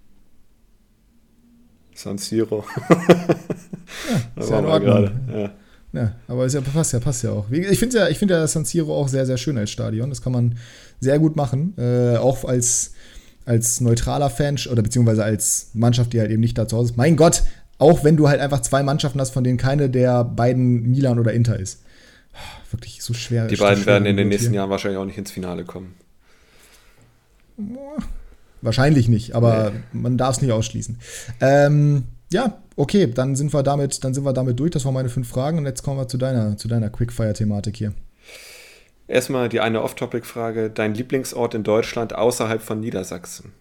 San Siro. Ja, ist ja in Ordnung. Ja. Ja, aber es ja, passt ja, passt ja auch. Ich finde ja, ich finde ja San Siro auch sehr, sehr schön als Stadion. Das kann man sehr gut machen. Äh, auch als, als neutraler Fan oder beziehungsweise als Mannschaft, die halt eben nicht da zu Hause ist. Mein Gott, auch wenn du halt einfach zwei Mannschaften hast, von denen keine der beiden Milan oder Inter ist. Wirklich so schwer. Die beiden werden in den nächsten Jahren wahrscheinlich auch nicht ins Finale kommen. Wahrscheinlich nicht, aber nee. Man darf es nicht ausschließen. Ähm, ja, okay, dann sind wir damit, dann sind wir damit durch. Das waren meine fünf Fragen und jetzt kommen wir zu deiner, zu deiner Quickfire-Thematik hier. Erstmal die eine Off-Topic-Frage. Dein Lieblingsort in Deutschland außerhalb von Niedersachsen?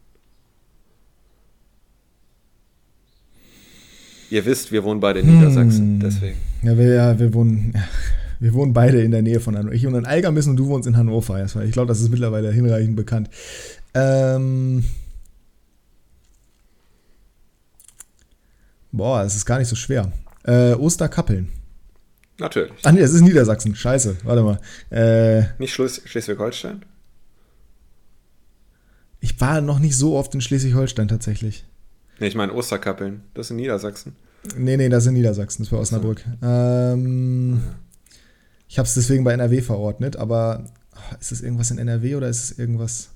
Ihr wisst, wir wohnen beide in hm. Niedersachsen, deswegen. Ja, wir, ja, wir wohnen... Ja. Wir wohnen beide in der Nähe von Hannover. Ich wohne in Algermissen und du wohnst in Hannover. Ich glaube, das ist mittlerweile hinreichend bekannt. Ähm Boah, es ist gar nicht so schwer. Äh, Osterkappeln. Natürlich. Ach nee, das ist Niedersachsen. Scheiße, warte mal. Äh, nicht Schles- Schleswig-Holstein? Ich war noch nicht so oft in Schleswig-Holstein tatsächlich. Nee, ich meine Osterkappeln. Das ist in Niedersachsen. Nee, nee, das ist in Niedersachsen. Das war Osnabrück. Ähm... Ja. Ich habe es deswegen bei N R W verordnet, aber oh, ist es irgendwas in N R W oder ist es irgendwas?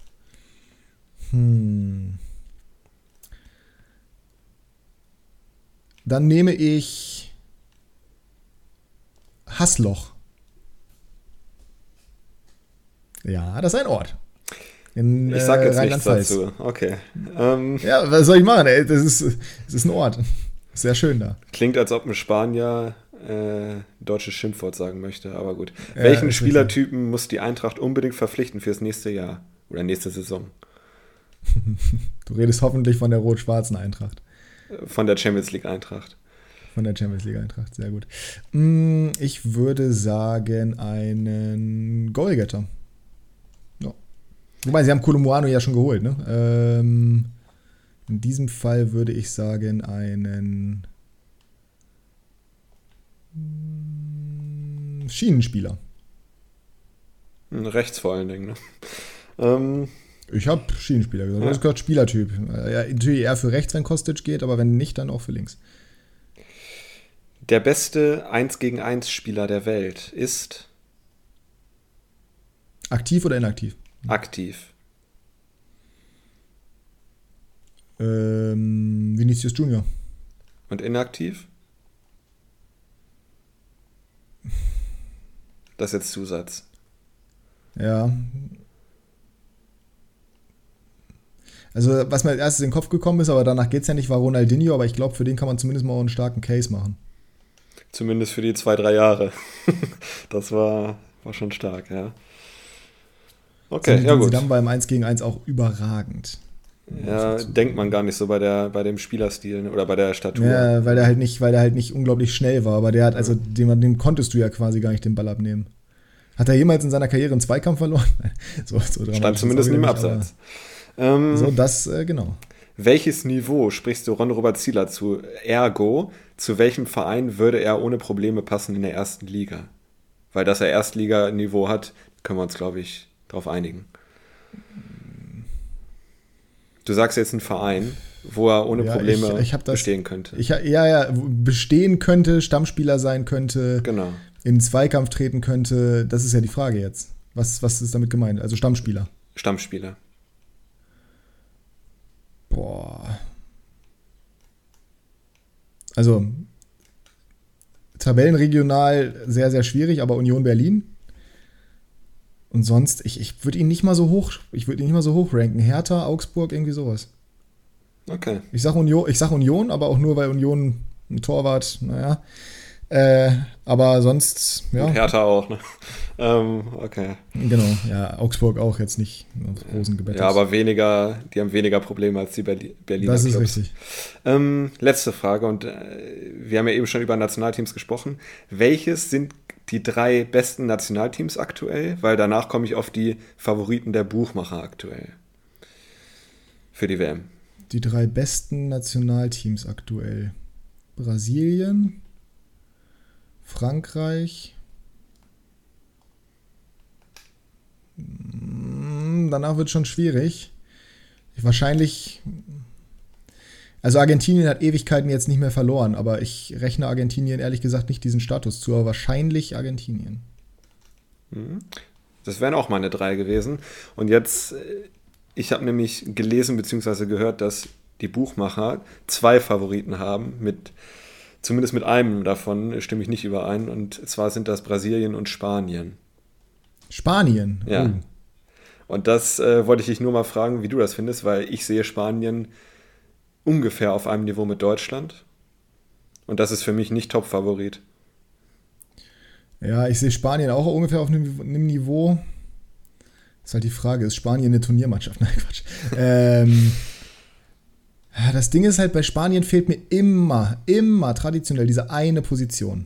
Hm. Dann nehme ich Haßloch. Ja, das ist ein Ort. In, ich sag jetzt äh, nichts dazu. Okay. Ähm, ja, was soll ich machen? Ey, das ist, das ist ein Ort. Sehr schön da. Klingt, als ob ein Spanier äh, deutsches Schimpfwort sagen möchte, aber gut. Ja, welchen Spielertypen muss die Eintracht unbedingt verpflichten fürs nächste Jahr oder nächste Saison? Du redest hoffentlich von der rot-schwarzen Eintracht. Von der Champions League Eintracht. Von der Champions League Eintracht, sehr gut. Ich würde sagen, einen Goalgetter. Ja. Wobei, sie haben Kolomuano ja schon geholt, ne? Ähm, in diesem Fall würde ich sagen, einen Schienenspieler. Rechts vor allen Dingen, ne? Ähm, ich habe Schienenspieler gesagt. Ja. Das gehört Spielertyp. Ja, natürlich eher für rechts, wenn Kostic geht, aber wenn nicht, dann auch für links. Der beste eins gegen eins Spieler der Welt ist aktiv oder inaktiv? Aktiv. Ähm, Vinicius Junior. Und inaktiv? Das ist jetzt Zusatz. Ja. Also, was mir als erstes in den Kopf gekommen ist, aber danach geht es ja nicht, war Ronaldinho, aber ich glaube, für den kann man zumindest mal auch einen starken Case machen. Zumindest für die zwei, drei Jahre. Das war, war schon stark, ja. Okay, Sind ja gut. Zidane war im eins gegen eins auch überragend. Ja, denkt man gar nicht so bei der bei dem Spielerstil oder bei der Statur. Ja, weil der halt nicht, weil der halt nicht unglaublich schnell war, aber der hat, also dem, dem konntest du ja quasi gar nicht den Ball abnehmen. Hat er jemals in seiner Karriere einen Zweikampf verloren? so, so Stand zumindest nicht im Abseits. Ähm, so, das, äh, genau. Welches Niveau sprichst du Ron-Robert Zieler zu? Ergo, zu welchem Verein würde er ohne Probleme passen in der ersten Liga? Weil dass er Erstliganiveau hat, können wir uns, glaube ich, darauf einigen. Du sagst jetzt einen Verein, wo er ohne ja, Probleme ich, ich das, bestehen könnte. Ich, ja, ja, bestehen könnte, Stammspieler sein könnte, genau. in den Zweikampf treten könnte. Das ist ja die Frage jetzt. Was, was ist damit gemeint? Also Stammspieler. Stammspieler. Boah. Also tabellenregional sehr, sehr schwierig, aber Union Berlin. Und sonst, ich, ich würde ihn nicht mal so hoch, ich würde ihn nicht mal so hoch ranken. Hertha, Augsburg, irgendwie sowas. Okay. Ich sag Union, ich sag Union, aber auch nur, weil Union ein Torwart, naja. Äh, aber sonst, ja. Und Hertha auch, ne? ähm, okay. Genau, ja, Augsburg auch jetzt nicht auf Rosengebett. Ja, aber weniger, die haben weniger Probleme als die Berli- Berliner Das ist Clubs. richtig. Ähm, letzte Frage, und äh, wir haben ja eben schon über Nationalteams gesprochen. Welches sind die drei besten Nationalteams aktuell? Weil danach komme ich auf die Favoriten der Buchmacher aktuell. Für die W M. Die drei besten Nationalteams aktuell. Brasilien, Frankreich. Danach wird es schon schwierig. Wahrscheinlich. Also Argentinien hat Ewigkeiten jetzt nicht mehr verloren, aber ich rechne Argentinien ehrlich gesagt nicht diesen Status zu, aber wahrscheinlich Argentinien. Das wären auch meine drei gewesen. Und jetzt, ich habe nämlich gelesen bzw. gehört, dass die Buchmacher zwei Favoriten haben, mit zumindest mit einem davon stimme ich nicht überein, und zwar sind das Brasilien und Spanien. Spanien? Ja. Oh. Und das äh, wollte ich dich nur mal fragen, wie du das findest, weil ich sehe Spanien ungefähr auf einem Niveau mit Deutschland. Und das ist für mich nicht Top-Favorit. Ja, ich sehe Spanien auch ungefähr auf einem, einem Niveau. Ist halt die Frage, ist Spanien eine Turniermannschaft? Nein, Quatsch. ähm, das Ding ist halt, bei Spanien fehlt mir immer, immer traditionell diese eine Position.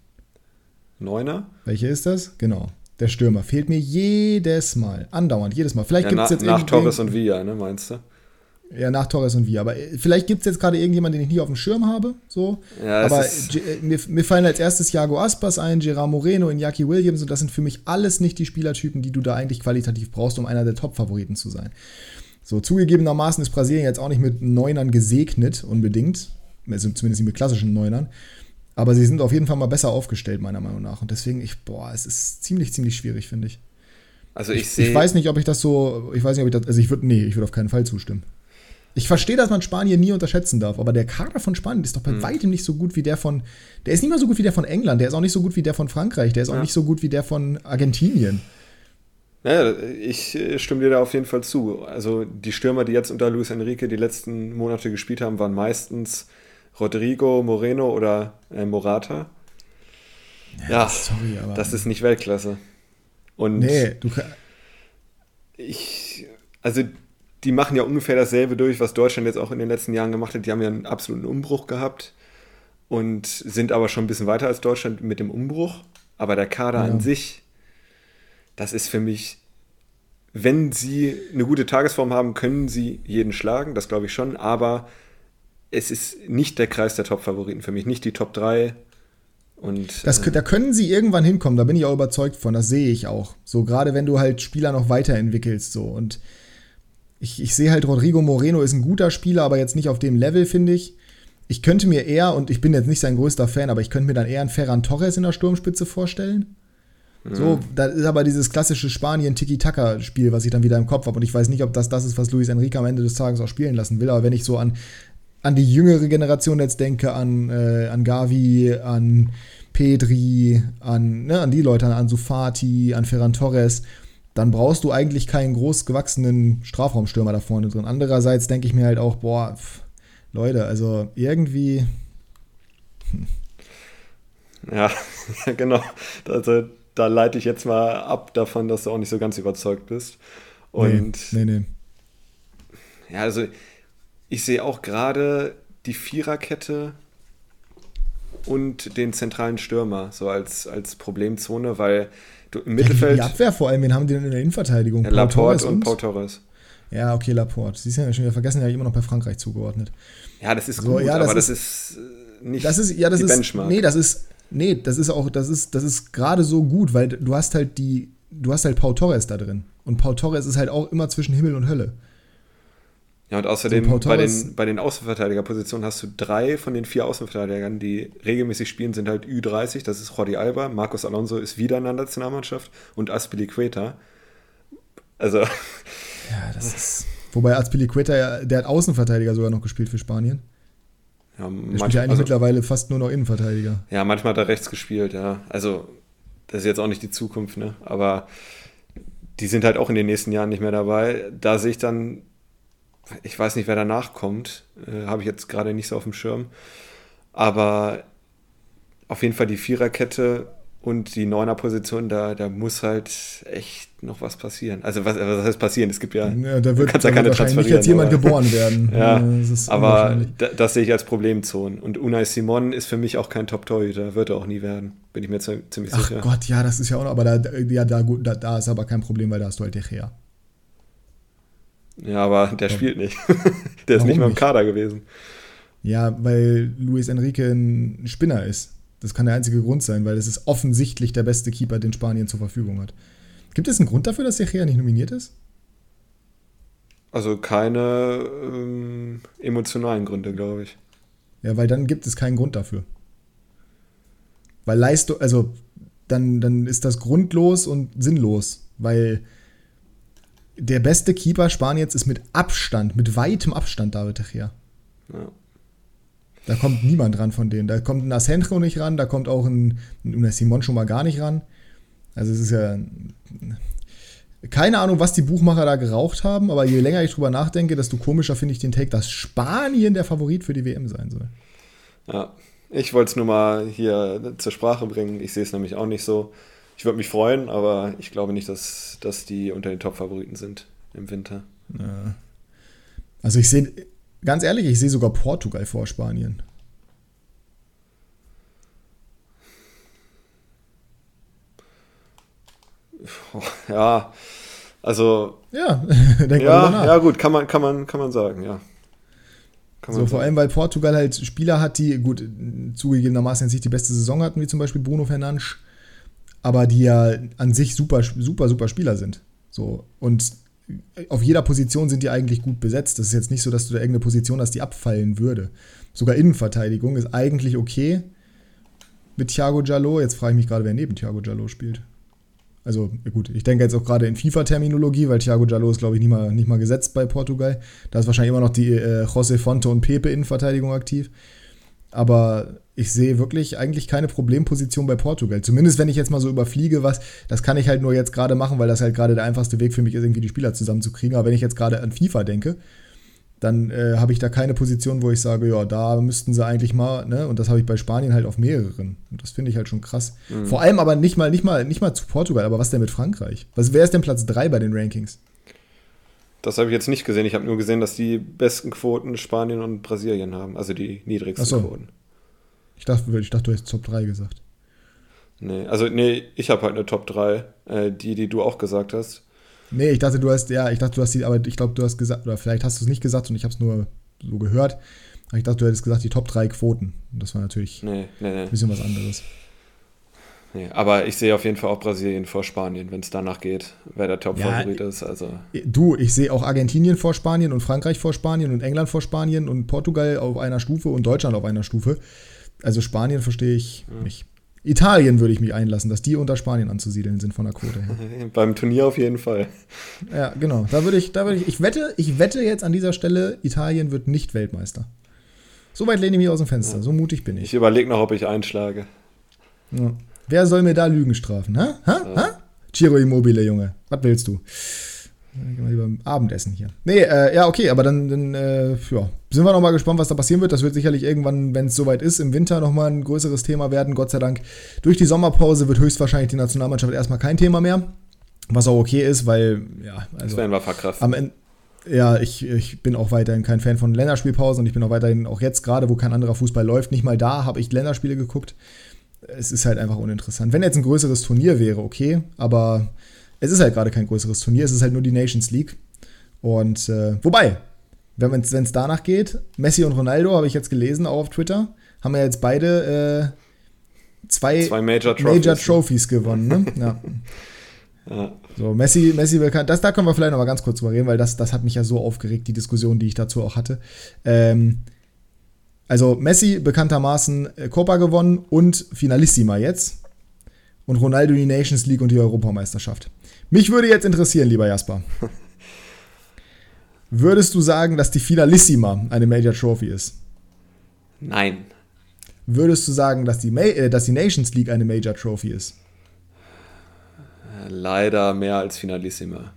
Neuner? Welche ist das? Genau. Der Stürmer. Fehlt mir jedes Mal. Andauernd, jedes Mal. Vielleicht Ja, gibt es na, jetzt nach irgend- Torres und Villa, ne, meinst du? Ja, nach Torres und Villa. Aber vielleicht gibt es jetzt gerade irgendjemanden, den ich nie auf dem Schirm habe. So. Ja, es aber ist- G- mir, mir fallen als erstes Thiago Aspas ein, Gerard Moreno, Iñaki Williams, und das sind für mich alles nicht die Spielertypen, die du da eigentlich qualitativ brauchst, um einer der Top-Favoriten zu sein. So, zugegebenermaßen ist Brasilien jetzt auch nicht mit Neunern gesegnet, unbedingt. Also zumindest nicht mit klassischen Neunern. Aber sie sind auf jeden Fall mal besser aufgestellt, meiner Meinung nach. Und deswegen, ich, boah, es ist ziemlich, ziemlich schwierig, finde ich. Also ich, Ich, sehe. ich weiß nicht, ob ich das so, ich weiß nicht, ob ich das, also ich würde, nee, ich würde auf keinen Fall zustimmen. Ich verstehe, dass man Spanien nie unterschätzen darf, aber der Kader von Spanien ist doch bei Mhm. weitem nicht so gut wie der von, der ist nicht mal so gut wie der von England, der ist auch nicht so gut wie der von Frankreich, der ist auch Ja. nicht so gut wie der von Argentinien. Ja, ich äh, stimme dir da auf jeden Fall zu. Also die Stürmer, die jetzt unter Luis Enrique die letzten Monate gespielt haben, waren meistens Rodrigo, Moreno oder äh, Morata. Ja, sorry, aber das ist nicht Weltklasse. Und nee, du kann, ich, also die machen ja ungefähr dasselbe durch, was Deutschland jetzt auch in den letzten Jahren gemacht hat. Die haben ja einen absoluten Umbruch gehabt und sind aber schon ein bisschen weiter als Deutschland mit dem Umbruch. Aber der Kader Ja. an sich, das ist für mich, wenn sie eine gute Tagesform haben, können sie jeden schlagen, das glaube ich schon, aber es ist nicht der Kreis der Top-Favoriten für mich, nicht die Top drei. Und, das, äh, da können sie irgendwann hinkommen, da bin ich auch überzeugt von, das sehe ich auch. So, gerade wenn du halt Spieler noch weiterentwickelst, so. Und ich, ich sehe halt, Rodrigo Moreno ist ein guter Spieler, aber jetzt nicht auf dem Level, finde ich. Ich könnte mir eher, und ich bin jetzt nicht sein größter Fan, aber ich könnte mir dann eher einen Ferran Torres in der Sturmspitze vorstellen. So, da ist aber dieses klassische Spanien-Tiki-Taka-Spiel, was ich dann wieder im Kopf habe. Und ich weiß nicht, ob das das ist, was Luis Enrique am Ende des Tages auch spielen lassen will. Aber wenn ich so an, an die jüngere Generation jetzt denke, an, äh, an Gavi, an Pedri, an, ne, an die Leute, an Ansu Fati, an Ferran Torres, dann brauchst du eigentlich keinen groß gewachsenen Strafraumstürmer da vorne drin. Andererseits denke ich mir halt auch, boah, pff, Leute, also irgendwie... Hm. Ja, genau. Also, da leite ich jetzt mal ab davon, dass du auch nicht so ganz überzeugt bist. Und nee, nee, nee. Ja, also ich sehe auch gerade die Viererkette und den zentralen Stürmer so als, als Problemzone, weil du im Mittelfeld... Die, die Abwehr vor allem, wen haben die denn in der Innenverteidigung? Ja, Laporte und Pau Torres. Ja, okay, Laporte. Sie sind ja schon wieder vergessen, ja immer noch bei Frankreich zugeordnet. Ja, das ist so, gut, ja, das aber ist, das ist nicht das ist, ja, das die ist, Benchmark. Nee, das ist, nee, das ist auch, das ist, das ist gerade so gut, weil du hast halt die, du hast halt Pau Torres da drin. Und Pau Torres ist halt auch immer zwischen Himmel und Hölle. Ja, und außerdem so, bei den, bei den Außenverteidigerpositionen hast du drei von den vier Außenverteidigern, die regelmäßig spielen, sind halt Ü dreißig, das ist Jordi Alba, Marcos Alonso ist wieder in der Nationalmannschaft und Azpilicueta. Also... Ja, das ist... Wobei Azpilicueta, ja, der hat Außenverteidiger sogar noch gespielt für Spanien. Ja, der manch, spielt ja eigentlich also, mittlerweile fast nur noch Innenverteidiger. Ja, manchmal hat er rechts gespielt, ja. Also, das ist jetzt auch nicht die Zukunft, ne? Aber die sind halt auch in den nächsten Jahren nicht mehr dabei. Da sehe ich dann, ich weiß nicht, wer danach kommt, äh, habe ich jetzt gerade nicht so auf dem Schirm. Aber auf jeden Fall die Viererkette und die Neuner-Position, da, da muss halt echt noch was passieren. Also was, was heißt passieren? Es gibt ja, ja da wird, du kannst da ja keine wird wahrscheinlich nicht transferieren. jetzt jemand aber, geboren werden. Ja, das ist aber da, das sehe ich als Problemzone. Und Unai Simon ist für mich auch kein Top-Torhüter, wird er auch nie werden. Bin ich mir ziemlich Ach sicher. Ach Gott, ja, das ist ja auch noch, aber da, ja, da, da, da ist aber kein Problem, weil da hast du halt De Gea. Ja, aber der ja. spielt nicht. Der ist Warum nicht mal im nicht? Kader gewesen. Ja, weil Luis Enrique ein Spinner ist. Das kann der einzige Grund sein, weil es ist offensichtlich der beste Keeper, den Spanien zur Verfügung hat. Gibt es einen Grund dafür, dass De Gea nicht nominiert ist? Also keine ähm, emotionalen Gründe, glaube ich. Ja, weil dann gibt es keinen Grund dafür. Weil Leistung, also dann, dann ist das grundlos und sinnlos, weil der beste Keeper Spaniens ist mit Abstand, mit weitem Abstand David De Gea. Ja. Da kommt niemand ran von denen. Da kommt ein Asenjo nicht ran, da kommt auch ein, ein Simon schon mal gar nicht ran. Also es ist ja keine Ahnung, was die Buchmacher da geraucht haben, aber je länger ich drüber nachdenke, desto komischer finde ich den Take, dass Spanien der Favorit für die W M sein soll. Ja, ich wollte es nur mal hier zur Sprache bringen. Ich sehe es nämlich auch nicht so. Ich würde mich freuen, aber ich glaube nicht, dass, dass die unter den Top-Favoriten sind im Winter. Ja. Also ich sehe, ganz ehrlich, ich sehe sogar Portugal vor Spanien. Ja, also Ja, denk ja, mal nach. ja gut, kann man, kann man, kann man sagen, ja. Kann man So, vor sagen. allem, weil Portugal halt Spieler hat, die, gut, zugegebenermaßen jetzt nicht die beste Saison hatten, wie zum Beispiel Bruno Fernandes, aber die ja an sich super, super, super Spieler sind. So, und auf jeder Position sind die eigentlich gut besetzt. Das ist jetzt nicht so, dass du da irgendeine Position hast, die abfallen würde. Sogar Innenverteidigung ist eigentlich okay mit Thiago Djaló. Jetzt frage ich mich gerade, wer neben Thiago Djaló spielt. Also gut, ich denke jetzt auch gerade in FIFA-Terminologie, weil Thiago Djaló ist, glaube ich, nicht mal, nicht mal gesetzt bei Portugal. Da ist wahrscheinlich immer noch die äh, José Fonte und Pepe Innenverteidigung aktiv. Aber ich sehe wirklich eigentlich keine Problemposition bei Portugal. Zumindest wenn ich jetzt mal so überfliege, was, das kann ich halt nur jetzt gerade machen, weil das halt gerade der einfachste Weg für mich ist, irgendwie die Spieler zusammenzukriegen. Aber wenn ich jetzt gerade an FIFA denke, dann äh, habe ich da keine Position, wo ich sage, ja, da müssten sie eigentlich mal, ne? Und das habe ich bei Spanien halt auf mehreren. Und das finde ich halt schon krass. Mhm. Vor allem aber nicht mal, nicht mal, nicht mal zu Portugal, aber was denn mit Frankreich? Was, wer ist denn Platz drei bei den Rankings? Das habe ich jetzt nicht gesehen. Ich habe nur gesehen, dass die besten Quoten Spanien und Brasilien haben. Also die niedrigsten Ach so. Quoten. Ich dachte, ich dachte, du hättest Top drei gesagt. Nee, also nee, ich habe halt eine Top drei, äh, die, die du auch gesagt hast. Nee, ich dachte, du hast, ja, ich dachte, du hast die, aber ich glaube, du hast gesagt, oder vielleicht hast du es nicht gesagt und ich habe es nur so gehört. Aber ich dachte, du hättest gesagt, die Top drei Quoten. Und das war natürlich nee, nee, nee. ein bisschen was anderes. Nee, aber ich sehe auf jeden Fall auch Brasilien vor Spanien, wenn es danach geht, wer der Top-Favorit ja, ist. Also. Du, ich sehe auch Argentinien vor Spanien und Frankreich vor Spanien und England vor Spanien und Portugal auf einer Stufe und Deutschland auf einer Stufe. Also Spanien verstehe ich ja. nicht. Italien würde ich mich einlassen, dass die unter Spanien anzusiedeln sind von der Quote her. Beim Turnier auf jeden Fall. Ja, genau. Da würde ich, da würde ich, ich wette, ich wette jetzt an dieser Stelle, Italien wird nicht Weltmeister. So weit lehne ich mich aus dem Fenster, ja. So mutig bin ich. Ich überlege noch, ob ich einschlage. Ja. Wer soll mir da Lügen strafen? Ha? Ha? Ja. Ha? Ciro Immobile, Junge. Was willst du? Gehen wir lieber Abendessen hier. Nee, äh, ja, okay, aber dann, dann äh, ja, sind wir noch mal gespannt, was da passieren wird. Das wird sicherlich irgendwann, wenn es soweit ist, im Winter nochmal ein größeres Thema werden. Gott sei Dank. Durch die Sommerpause wird höchstwahrscheinlich die Nationalmannschaft erstmal kein Thema mehr. Was auch okay ist, weil, ja, also. Das werden wir verkraften. Am Ende. Ja, ich, ich bin auch weiterhin kein Fan von Länderspielpausen und ich bin auch weiterhin, auch jetzt gerade, wo kein anderer Fußball läuft, nicht mal da habe ich Länderspiele geguckt. Es ist halt einfach uninteressant. Wenn jetzt ein größeres Turnier wäre, okay, aber es ist halt gerade kein größeres Turnier, es ist halt nur die Nations League. Und äh, wobei, wenn es danach geht, Messi und Ronaldo, habe ich jetzt gelesen, auch auf Twitter, haben ja jetzt beide äh, zwei, zwei Major Trophies, Major Trophies gewonnen. Ne? Ja. Ja. So, Messi, Messi bekannt, das, da können wir vielleicht noch mal ganz kurz drüber reden, weil das, das hat mich ja so aufgeregt, die Diskussion, die ich dazu auch hatte. Ähm, also Messi bekanntermaßen Copa gewonnen und Finalissima jetzt und Ronaldo die Nations League und die Europameisterschaft. Mich würde jetzt interessieren, lieber Jasper, würdest du sagen, dass die Finalissima eine Major Trophy ist? Nein. Würdest du sagen, dass die, Ma- äh, dass die Nations League eine Major Trophy ist? Leider mehr als Finalissima.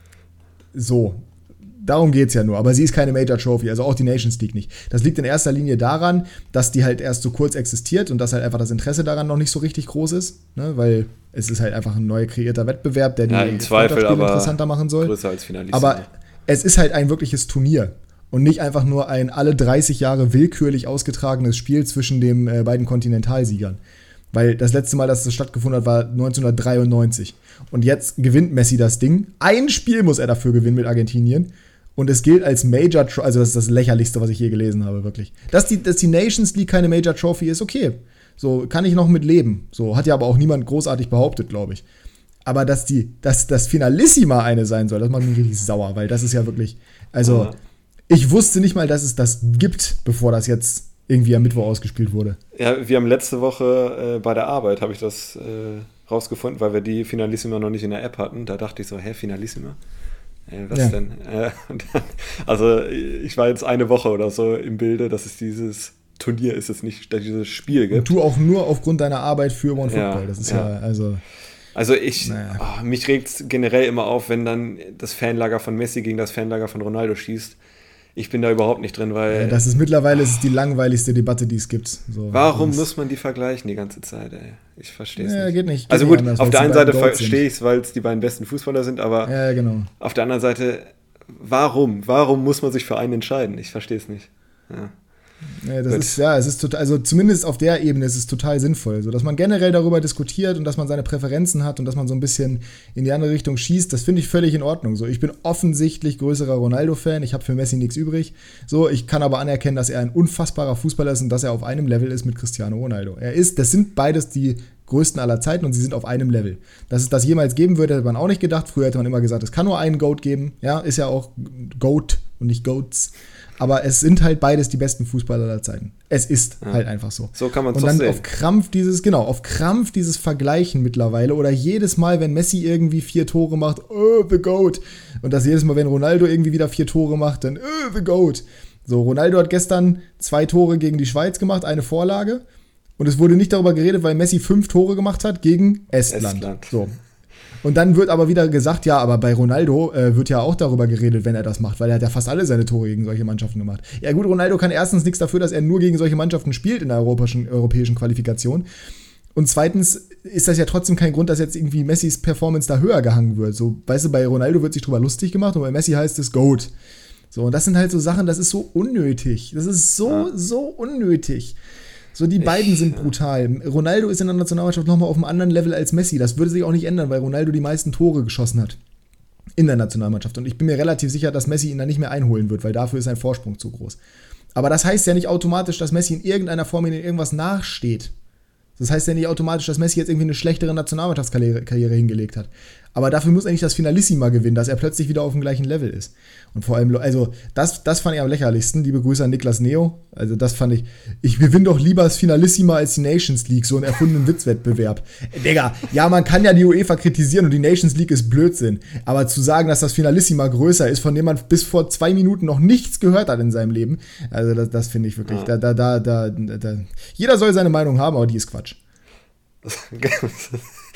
So, darum geht es ja nur. Aber sie ist keine Major Trophy, also auch die Nations League nicht. Das liegt in erster Linie daran, dass die halt erst so kurz existiert und dass halt einfach das Interesse daran noch nicht so richtig groß ist, ne? Weil es ist halt einfach ein neu kreierter Wettbewerb, der die ja, im Zweifel aber interessanter machen soll. Größer als Finalissima. Aber es ist halt ein wirkliches Turnier und nicht einfach nur ein alle dreißig Jahre willkürlich ausgetragenes Spiel zwischen den äh, beiden Kontinentalsiegern. Weil das letzte Mal, dass das stattgefunden hat, war neunzehnhundertdreiundneunzig. Und jetzt gewinnt Messi das Ding. Ein Spiel muss er dafür gewinnen mit Argentinien. Und es gilt als Major Trophy, also das ist das Lächerlichste, was ich je gelesen habe, wirklich. Dass die, dass die Nations League keine Major Trophy ist, okay. So, kann ich noch mit leben. So, hat ja aber auch niemand großartig behauptet, glaube ich. Aber dass die, dass das Finalissima eine sein soll, das macht mich richtig sauer, weil das ist ja wirklich, also, ja. Ich wusste nicht mal, dass es das gibt, bevor das jetzt irgendwie am Mittwoch ausgespielt wurde. Ja, wir haben letzte Woche äh, bei der Arbeit, habe ich das äh, rausgefunden, weil wir die Finalissima noch nicht in der App hatten. Da dachte ich so, hä, Finalissima? Äh, was ja. denn? Äh, dann, also ich war jetzt eine Woche oder so im Bilde, dass es dieses Turnier ist, es nicht, dass es dieses Spiel gibt. Und du auch nur aufgrund deiner Arbeit für One Football. Ja, das ist ja, ja, also... Also ich, naja. oh, mich regt es generell immer auf, wenn dann das Fanlager von Messi gegen das Fanlager von Ronaldo schießt. Ich bin da überhaupt nicht drin, weil... Ja, das ist mittlerweile ist es die langweiligste Debatte, die es gibt. So, warum muss man die vergleichen die ganze Zeit, ey? Ich verstehe es ja, nicht. Geht nicht geht also nicht gut, anders, auf der einen Seite verstehe ich es, weil es die beiden besten Fußballer sind, aber ja, genau. Auf der anderen Seite, warum? Warum muss man sich für einen entscheiden? Ich verstehe es nicht. Ja. Ja, das ist, ja, es ist total, also zumindest auf der Ebene ist es total sinnvoll, so dass man generell darüber diskutiert und dass man seine Präferenzen hat und dass man so ein bisschen in die andere Richtung schießt, das finde ich völlig in Ordnung. So, ich bin offensichtlich größerer Ronaldo-Fan, ich habe für Messi nichts übrig. So, ich kann aber anerkennen, dass er ein unfassbarer Fußballer ist und dass er auf einem Level ist mit Cristiano Ronaldo. Er ist, das sind beides die größten aller Zeiten und sie sind auf einem Level. Dass es das jemals geben würde, hätte man auch nicht gedacht. Früher hätte man immer gesagt, es kann nur einen GOAT geben. Ja, ist ja auch GOAT und nicht GOATs. Aber es sind halt beides die besten Fußballer aller Zeiten. Es ist ja. halt einfach so. So kann man es Und dann sehen. auf Krampf dieses, genau, auf Krampf dieses Vergleichen mittlerweile oder jedes Mal, wenn Messi irgendwie vier Tore macht, oh, the GOAT. Und das jedes Mal, wenn Ronaldo irgendwie wieder vier Tore macht, dann, oh, the GOAT. So, Ronaldo hat gestern zwei Tore gegen die Schweiz gemacht, eine Vorlage. Und es wurde nicht darüber geredet, weil Messi fünf Tore gemacht hat gegen Estland. Estland. So. Und dann wird aber wieder gesagt, ja, aber bei Ronaldo äh, wird ja auch darüber geredet, wenn er das macht, weil er hat ja fast alle seine Tore gegen solche Mannschaften gemacht. Ja gut, Ronaldo kann erstens nichts dafür, dass er nur gegen solche Mannschaften spielt in der europäischen, europäischen Qualifikation. Und zweitens ist das ja trotzdem kein Grund, dass jetzt irgendwie Messis Performance da höher gehangen wird. So, weißt du, bei Ronaldo wird sich drüber lustig gemacht und bei Messi heißt es GOAT. So, und das sind halt so Sachen, das ist so unnötig. Das ist so, ja. so unnötig. So, die beiden ich, sind brutal. Ronaldo ist in der Nationalmannschaft nochmal auf einem anderen Level als Messi. Das würde sich auch nicht ändern, weil Ronaldo die meisten Tore geschossen hat in der Nationalmannschaft. Und ich bin mir relativ sicher, dass Messi ihn dann nicht mehr einholen wird, weil dafür ist sein Vorsprung zu groß. Aber das heißt ja nicht automatisch, dass Messi in irgendeiner Form in irgendwas nachsteht. Das heißt ja nicht automatisch, dass Messi jetzt irgendwie eine schlechtere Nationalmannschaftskarriere Karriere hingelegt hat. Aber dafür muss er nicht das Finalissima gewinnen, dass er plötzlich wieder auf dem gleichen Level ist. Und vor allem, also das, das fand ich am lächerlichsten. Liebe Grüße an Niklas Neo. Also das fand ich, ich gewinne doch lieber das Finalissima als die Nations League, so einen erfundenen Witzwettbewerb. Digga, ja, man kann ja die UEFA kritisieren und die Nations League ist Blödsinn. Aber zu sagen, dass das Finalissima größer ist, von dem man bis vor zwei Minuten noch nichts gehört hat in seinem Leben, also das, das finde ich wirklich, da, da, da, da, da, jeder soll seine Meinung haben, aber die ist Quatsch.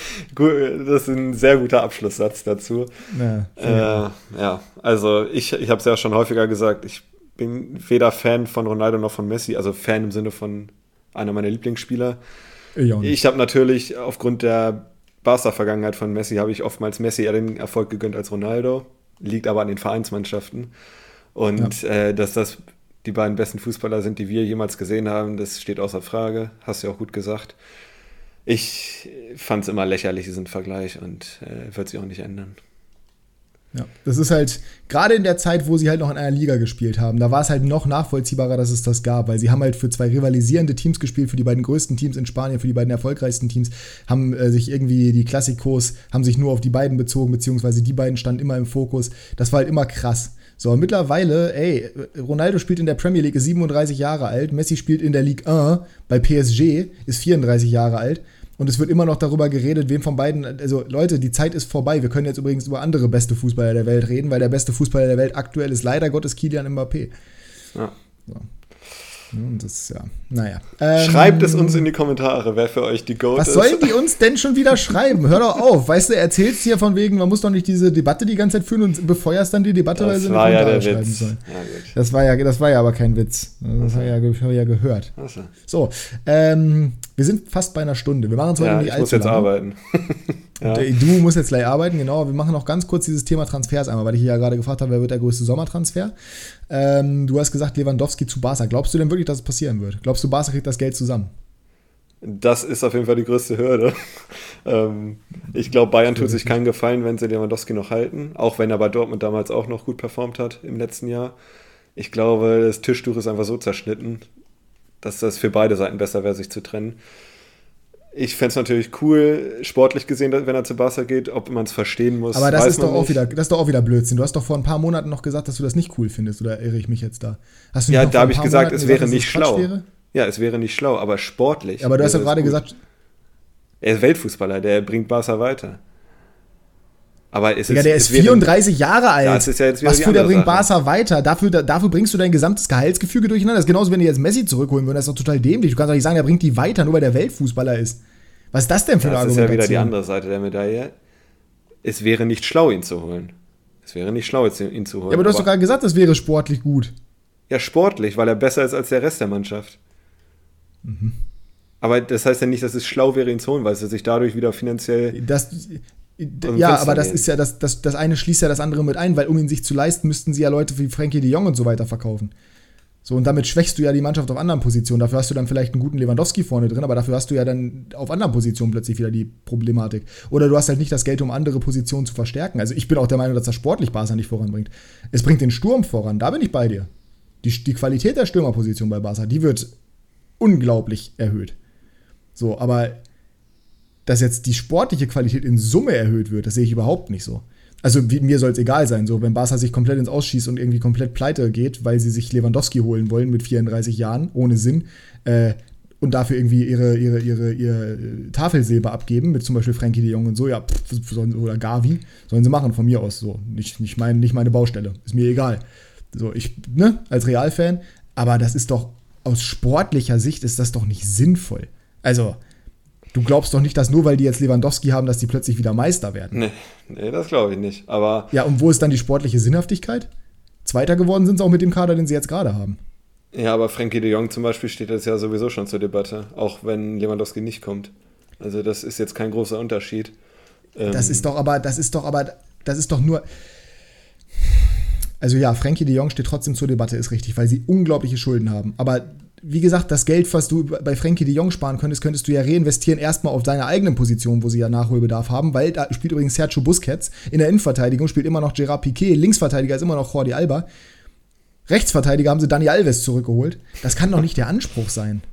Gut, das ist ein sehr guter Abschlusssatz dazu. Ja, äh, ja also ich, ich habe es ja schon häufiger gesagt, ich bin weder Fan von Ronaldo noch von Messi, also Fan im Sinne von einer meiner Lieblingsspieler. Ich, ich habe natürlich aufgrund der Barca-Vergangenheit von Messi, habe ich oftmals Messi eher den Erfolg gegönnt als Ronaldo, liegt aber an den Vereinsmannschaften. Und ja. äh, dass das die beiden besten Fußballer sind, die wir jemals gesehen haben, das steht außer Frage, hast du ja auch gut gesagt. Ich fand es immer lächerlich, diesen Vergleich, und äh, wird sich auch nicht ändern. Ja, das ist halt, gerade in der Zeit, wo sie halt noch in einer Liga gespielt haben, da war es halt noch nachvollziehbarer, dass es das gab, weil sie haben halt für zwei rivalisierende Teams gespielt, für die beiden größten Teams in Spanien, für die beiden erfolgreichsten Teams, haben äh, sich irgendwie, die Klassikos haben sich nur auf die beiden bezogen, beziehungsweise die beiden standen immer im Fokus. Das war halt immer krass. So, mittlerweile, ey, Ronaldo spielt in der Premier League, ist siebenunddreißig Jahre alt, Messi spielt in der Ligue eins bei P S G, ist vierunddreißig Jahre alt. Und es wird immer noch darüber geredet, wem von beiden, also Leute, die Zeit ist vorbei. Wir können jetzt übrigens über andere beste Fußballer der Welt reden, weil der beste Fußballer der Welt aktuell ist leider Gottes Kylian Mbappé. Ja. So. Und das, ja, naja. Schreibt ähm, es uns in die Kommentare, wer für euch die Goat was ist. Was sollen die uns denn schon wieder schreiben? Hör doch auf. Weißt du, erzählst hier von wegen, man muss doch nicht diese Debatte die ganze Zeit führen und befeuerst dann die Debatte, weil sie in die Kommentare ja schreiben Witz. sollen. Ja, gut. Das war ja, das war ja aber kein Witz. Das habe ich ja, ja gehört. Also. So, ähm, wir sind fast bei einer Stunde. Wir machen es heute ja, nicht ich allzu muss jetzt lange. arbeiten. Ja. Du musst jetzt gleich arbeiten, genau. Wir machen noch ganz kurz dieses Thema Transfers einmal, weil ich ja gerade gefragt habe, wer wird der größte Sommertransfer? Ähm, du hast gesagt, Lewandowski zu Barca. Glaubst du denn wirklich, dass es passieren wird? Glaubst du, Barca kriegt das Geld zusammen? Das ist auf jeden Fall die größte Hürde. ähm, ich glaube, Bayern tut sich keinen Gefallen, wenn sie Lewandowski noch halten, auch wenn er bei Dortmund damals auch noch gut performt hat im letzten Jahr. Ich glaube, das Tischtuch ist einfach so zerschnitten, dass das für beide Seiten besser wäre, sich zu trennen. Ich fände es natürlich cool, sportlich gesehen, wenn er zu Barca geht, ob man es verstehen muss. Aber das weiß ist, doch man auch nicht. wieder, das ist doch auch wieder Blödsinn. Du hast doch vor ein paar Monaten noch gesagt, dass du das nicht cool findest, oder irre ich mich jetzt da? Hast du Ja, nicht noch da vor ein habe ich paar gesagt, Monaten es wäre dass nicht es Quatsch schlau. wäre? Ja, es wäre nicht schlau, aber sportlich. Ja, aber du hast ja wäre gerade es gut. gesagt, Er ist Weltfußballer, der bringt Barca weiter. Aber es ja, ist, der es ist wäre, vierunddreißig Jahre alt. Ja, es ist ja jetzt wieder Was die für der andere bringt Sache. Barca weiter? Dafür, da, dafür bringst du dein gesamtes Gehaltsgefüge durcheinander. Das ist genauso, wenn die jetzt Messi zurückholen würden. Das ist doch total dämlich. Du kannst doch nicht sagen, der bringt die weiter, nur weil der Weltfußballer ist. Was ist das denn für eine Das ist ja Argumentation? wieder die andere Seite der Medaille. Es wäre nicht schlau, ihn zu holen. Es wäre nicht schlau, ihn zu holen. Ja, aber du hast doch gerade gesagt, das wäre sportlich gut. Ja, sportlich, weil er besser ist als der Rest der Mannschaft. Mhm. Aber das heißt ja nicht, dass es schlau wäre, ihn zu holen, weil es sich dadurch wieder finanziell... Das, dem ja, Fenster aber das gehen. ist ja, das, das, das eine schließt ja das andere mit ein, weil um ihn sich zu leisten, müssten sie ja Leute wie Frenkie de Jong und so weiter verkaufen. So, und damit schwächst du ja die Mannschaft auf anderen Positionen. Dafür hast du dann vielleicht einen guten Lewandowski vorne drin, aber dafür hast du ja dann auf anderen Positionen plötzlich wieder die Problematik. Oder du hast halt nicht das Geld, um andere Positionen zu verstärken. Also ich bin auch der Meinung, dass das sportlich Barca nicht voranbringt. Es bringt den Sturm voran, da bin ich bei dir. Die, die Qualität der Stürmerposition bei Barca, die wird unglaublich erhöht. So, aber dass jetzt die sportliche Qualität in Summe erhöht wird, das sehe ich überhaupt nicht so. Also wie, mir soll es egal sein, so wenn Barca sich komplett ins Ausschießt und irgendwie komplett pleite geht, weil sie sich Lewandowski holen wollen mit vierunddreißig Jahren, ohne Sinn, äh, und dafür irgendwie ihre, ihre, ihre, ihre Tafelsilber abgeben, mit zum Beispiel Frenkie de Jong und so, ja, pff, sollen, oder Gavi, sollen sie machen, von mir aus so. Nicht, nicht, mein, nicht meine Baustelle, ist mir egal. So, ich, ne, als Realfan, aber das ist doch, aus sportlicher Sicht ist das doch nicht sinnvoll. Also, du glaubst doch nicht, dass nur weil die jetzt Lewandowski haben, dass die plötzlich wieder Meister werden. Nee, nee das glaube ich nicht. Aber ja, und wo ist dann die sportliche Sinnhaftigkeit? Zweiter geworden sind sie auch mit dem Kader, den sie jetzt gerade haben. Ja, aber Frenkie de Jong zum Beispiel steht jetzt ja sowieso schon zur Debatte, auch wenn Lewandowski nicht kommt. Also das ist jetzt kein großer Unterschied. Das ähm, ist doch aber, das ist doch aber, das ist doch nur... Also ja, Frenkie de Jong steht trotzdem zur Debatte, ist richtig, weil sie unglaubliche Schulden haben. Aber wie gesagt, das Geld, was du bei Frenkie de Jong sparen könntest, könntest du ja reinvestieren erstmal auf deine eigenen Positionen, wo sie ja Nachholbedarf haben, weil da spielt übrigens Sergio Busquets, in der Innenverteidigung spielt immer noch Gerard Piqué, Linksverteidiger ist immer noch Jordi Alba, Rechtsverteidiger haben sie Dani Alves zurückgeholt. Das kann doch nicht der Anspruch sein.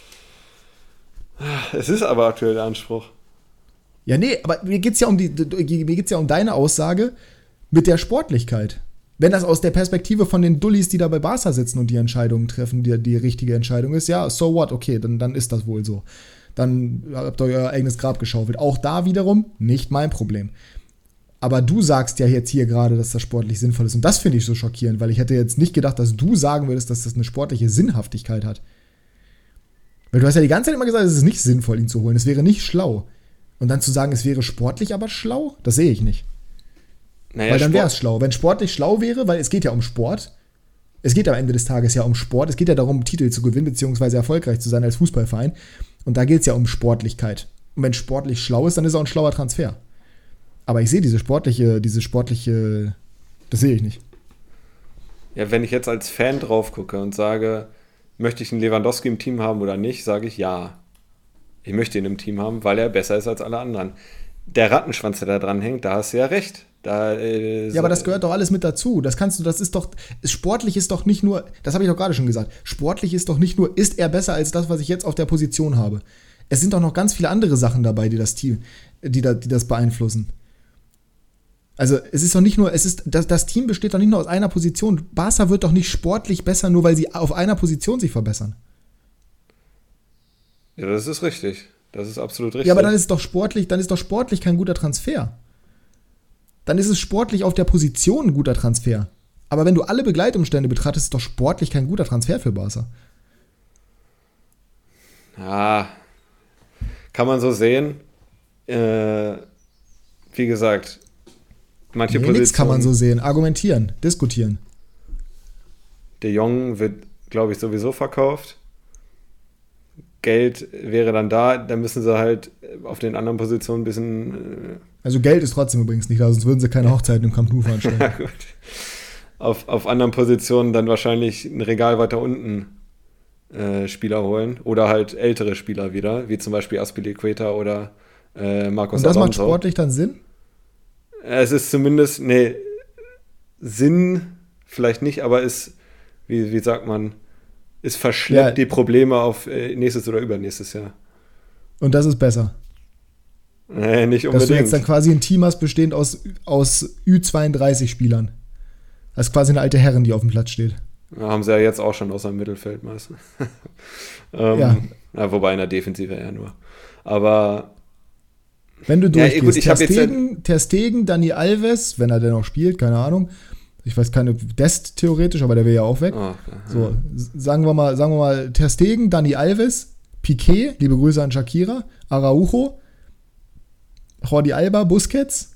Es ist aber aktuell der Anspruch. Ja, nee, aber mir geht's ja um die, mir geht's ja um deine Aussage mit der Sportlichkeit. Wenn das aus der Perspektive von den Dullis, die da bei Barca sitzen und die Entscheidungen treffen, die, die richtige Entscheidung ist, ja, so what, okay, dann, dann ist das wohl so. Dann habt ihr euer eigenes Grab geschaufelt. Auch da wiederum nicht mein Problem. Aber du sagst ja jetzt hier gerade, dass das sportlich sinnvoll ist. Und das finde ich so schockierend, weil ich hätte jetzt nicht gedacht, dass du sagen würdest, dass das eine sportliche Sinnhaftigkeit hat. Weil du hast ja die ganze Zeit immer gesagt, es ist nicht sinnvoll, ihn zu holen. Es wäre nicht schlau. Und dann zu sagen, es wäre sportlich aber schlau, das sehe ich nicht. Naja, weil dann wäre es Sport- schlau. Wenn sportlich schlau wäre, weil es geht ja um Sport, es geht am Ende des Tages ja um Sport, es geht ja darum, Titel zu gewinnen, beziehungsweise erfolgreich zu sein als Fußballverein. Und da geht es ja um Sportlichkeit. Und wenn sportlich schlau ist, dann ist es auch ein schlauer Transfer. Aber ich sehe diese sportliche, diese sportliche, das sehe ich nicht. Ja, wenn ich jetzt als Fan drauf gucke und sage, möchte ich einen Lewandowski im Team haben oder nicht, sage ich ja. Ich möchte ihn im Team haben, weil er besser ist als alle anderen. Der Rattenschwanz, der da dran hängt, da hast du ja recht. Da, äh, Ja, aber das gehört doch alles mit dazu. Das kannst du, das ist doch, sportlich ist doch nicht nur, das habe ich doch gerade schon gesagt, sportlich ist doch nicht nur, ist er besser als das, was ich jetzt auf der Position habe. Es sind doch noch ganz viele andere Sachen dabei, die das Team, die, da, die das beeinflussen. Also es ist doch nicht nur, es ist, das, das Team besteht doch nicht nur aus einer Position. Barca wird doch nicht sportlich besser, nur weil sie auf einer Position sich verbessern. Ja, das ist richtig. Das ist absolut richtig. Ja, aber dann ist doch sportlich, dann ist doch sportlich kein guter Transfer. Dann ist es sportlich auf der Position ein guter Transfer. Aber wenn du alle Begleitumstände betrachtest, ist doch sportlich kein guter Transfer für Barca. Ja, kann man so sehen. Äh, wie gesagt, manche Nee, Positionen. nichts kann man so sehen. Argumentieren, diskutieren. De Jong wird, glaube ich, sowieso verkauft. Geld wäre dann da, dann müssen sie halt auf den anderen Positionen ein bisschen. Äh, Also Geld ist trotzdem übrigens nicht da, sonst würden sie keine Hochzeiten im Camp Nou veranstalten. ja, gut. Auf, auf anderen Positionen dann wahrscheinlich ein Regal weiter unten äh, Spieler holen oder halt ältere Spieler wieder, wie zum Beispiel Azpilicueta oder äh, Marcos Und das macht Alonso. sportlich dann Sinn? Es ist zumindest, nee, Sinn vielleicht nicht, aber ist, wie, wie sagt man, es verschleppt Ja. die Probleme auf äh, nächstes oder übernächstes Jahr. Und das ist besser. Nee, nicht Dass du unbedingt. jetzt dann quasi ein Team hast, bestehend aus, aus Ü zweiunddreißig Spielern. Das ist quasi eine alte Herren, die auf dem Platz steht. Ja, haben sie ja jetzt auch schon außer dem Mittelfeld meistens. ähm, Ja. ja, wobei in der Defensive eher nur. Aber Wenn du Ja, durchgehst, gut, ich Ter hab jetzt Stegen, Ter Stegen, Dani Alves, wenn er denn noch spielt, keine Ahnung. Ich weiß keine, Dest theoretisch, aber der wäre ja auch weg. oh, So, s- sagen wir mal, sagen wir mal, Ter Stegen, Dani Alves, Piqué, liebe Grüße an Shakira, Araujo, Jordi Alba, Busquets.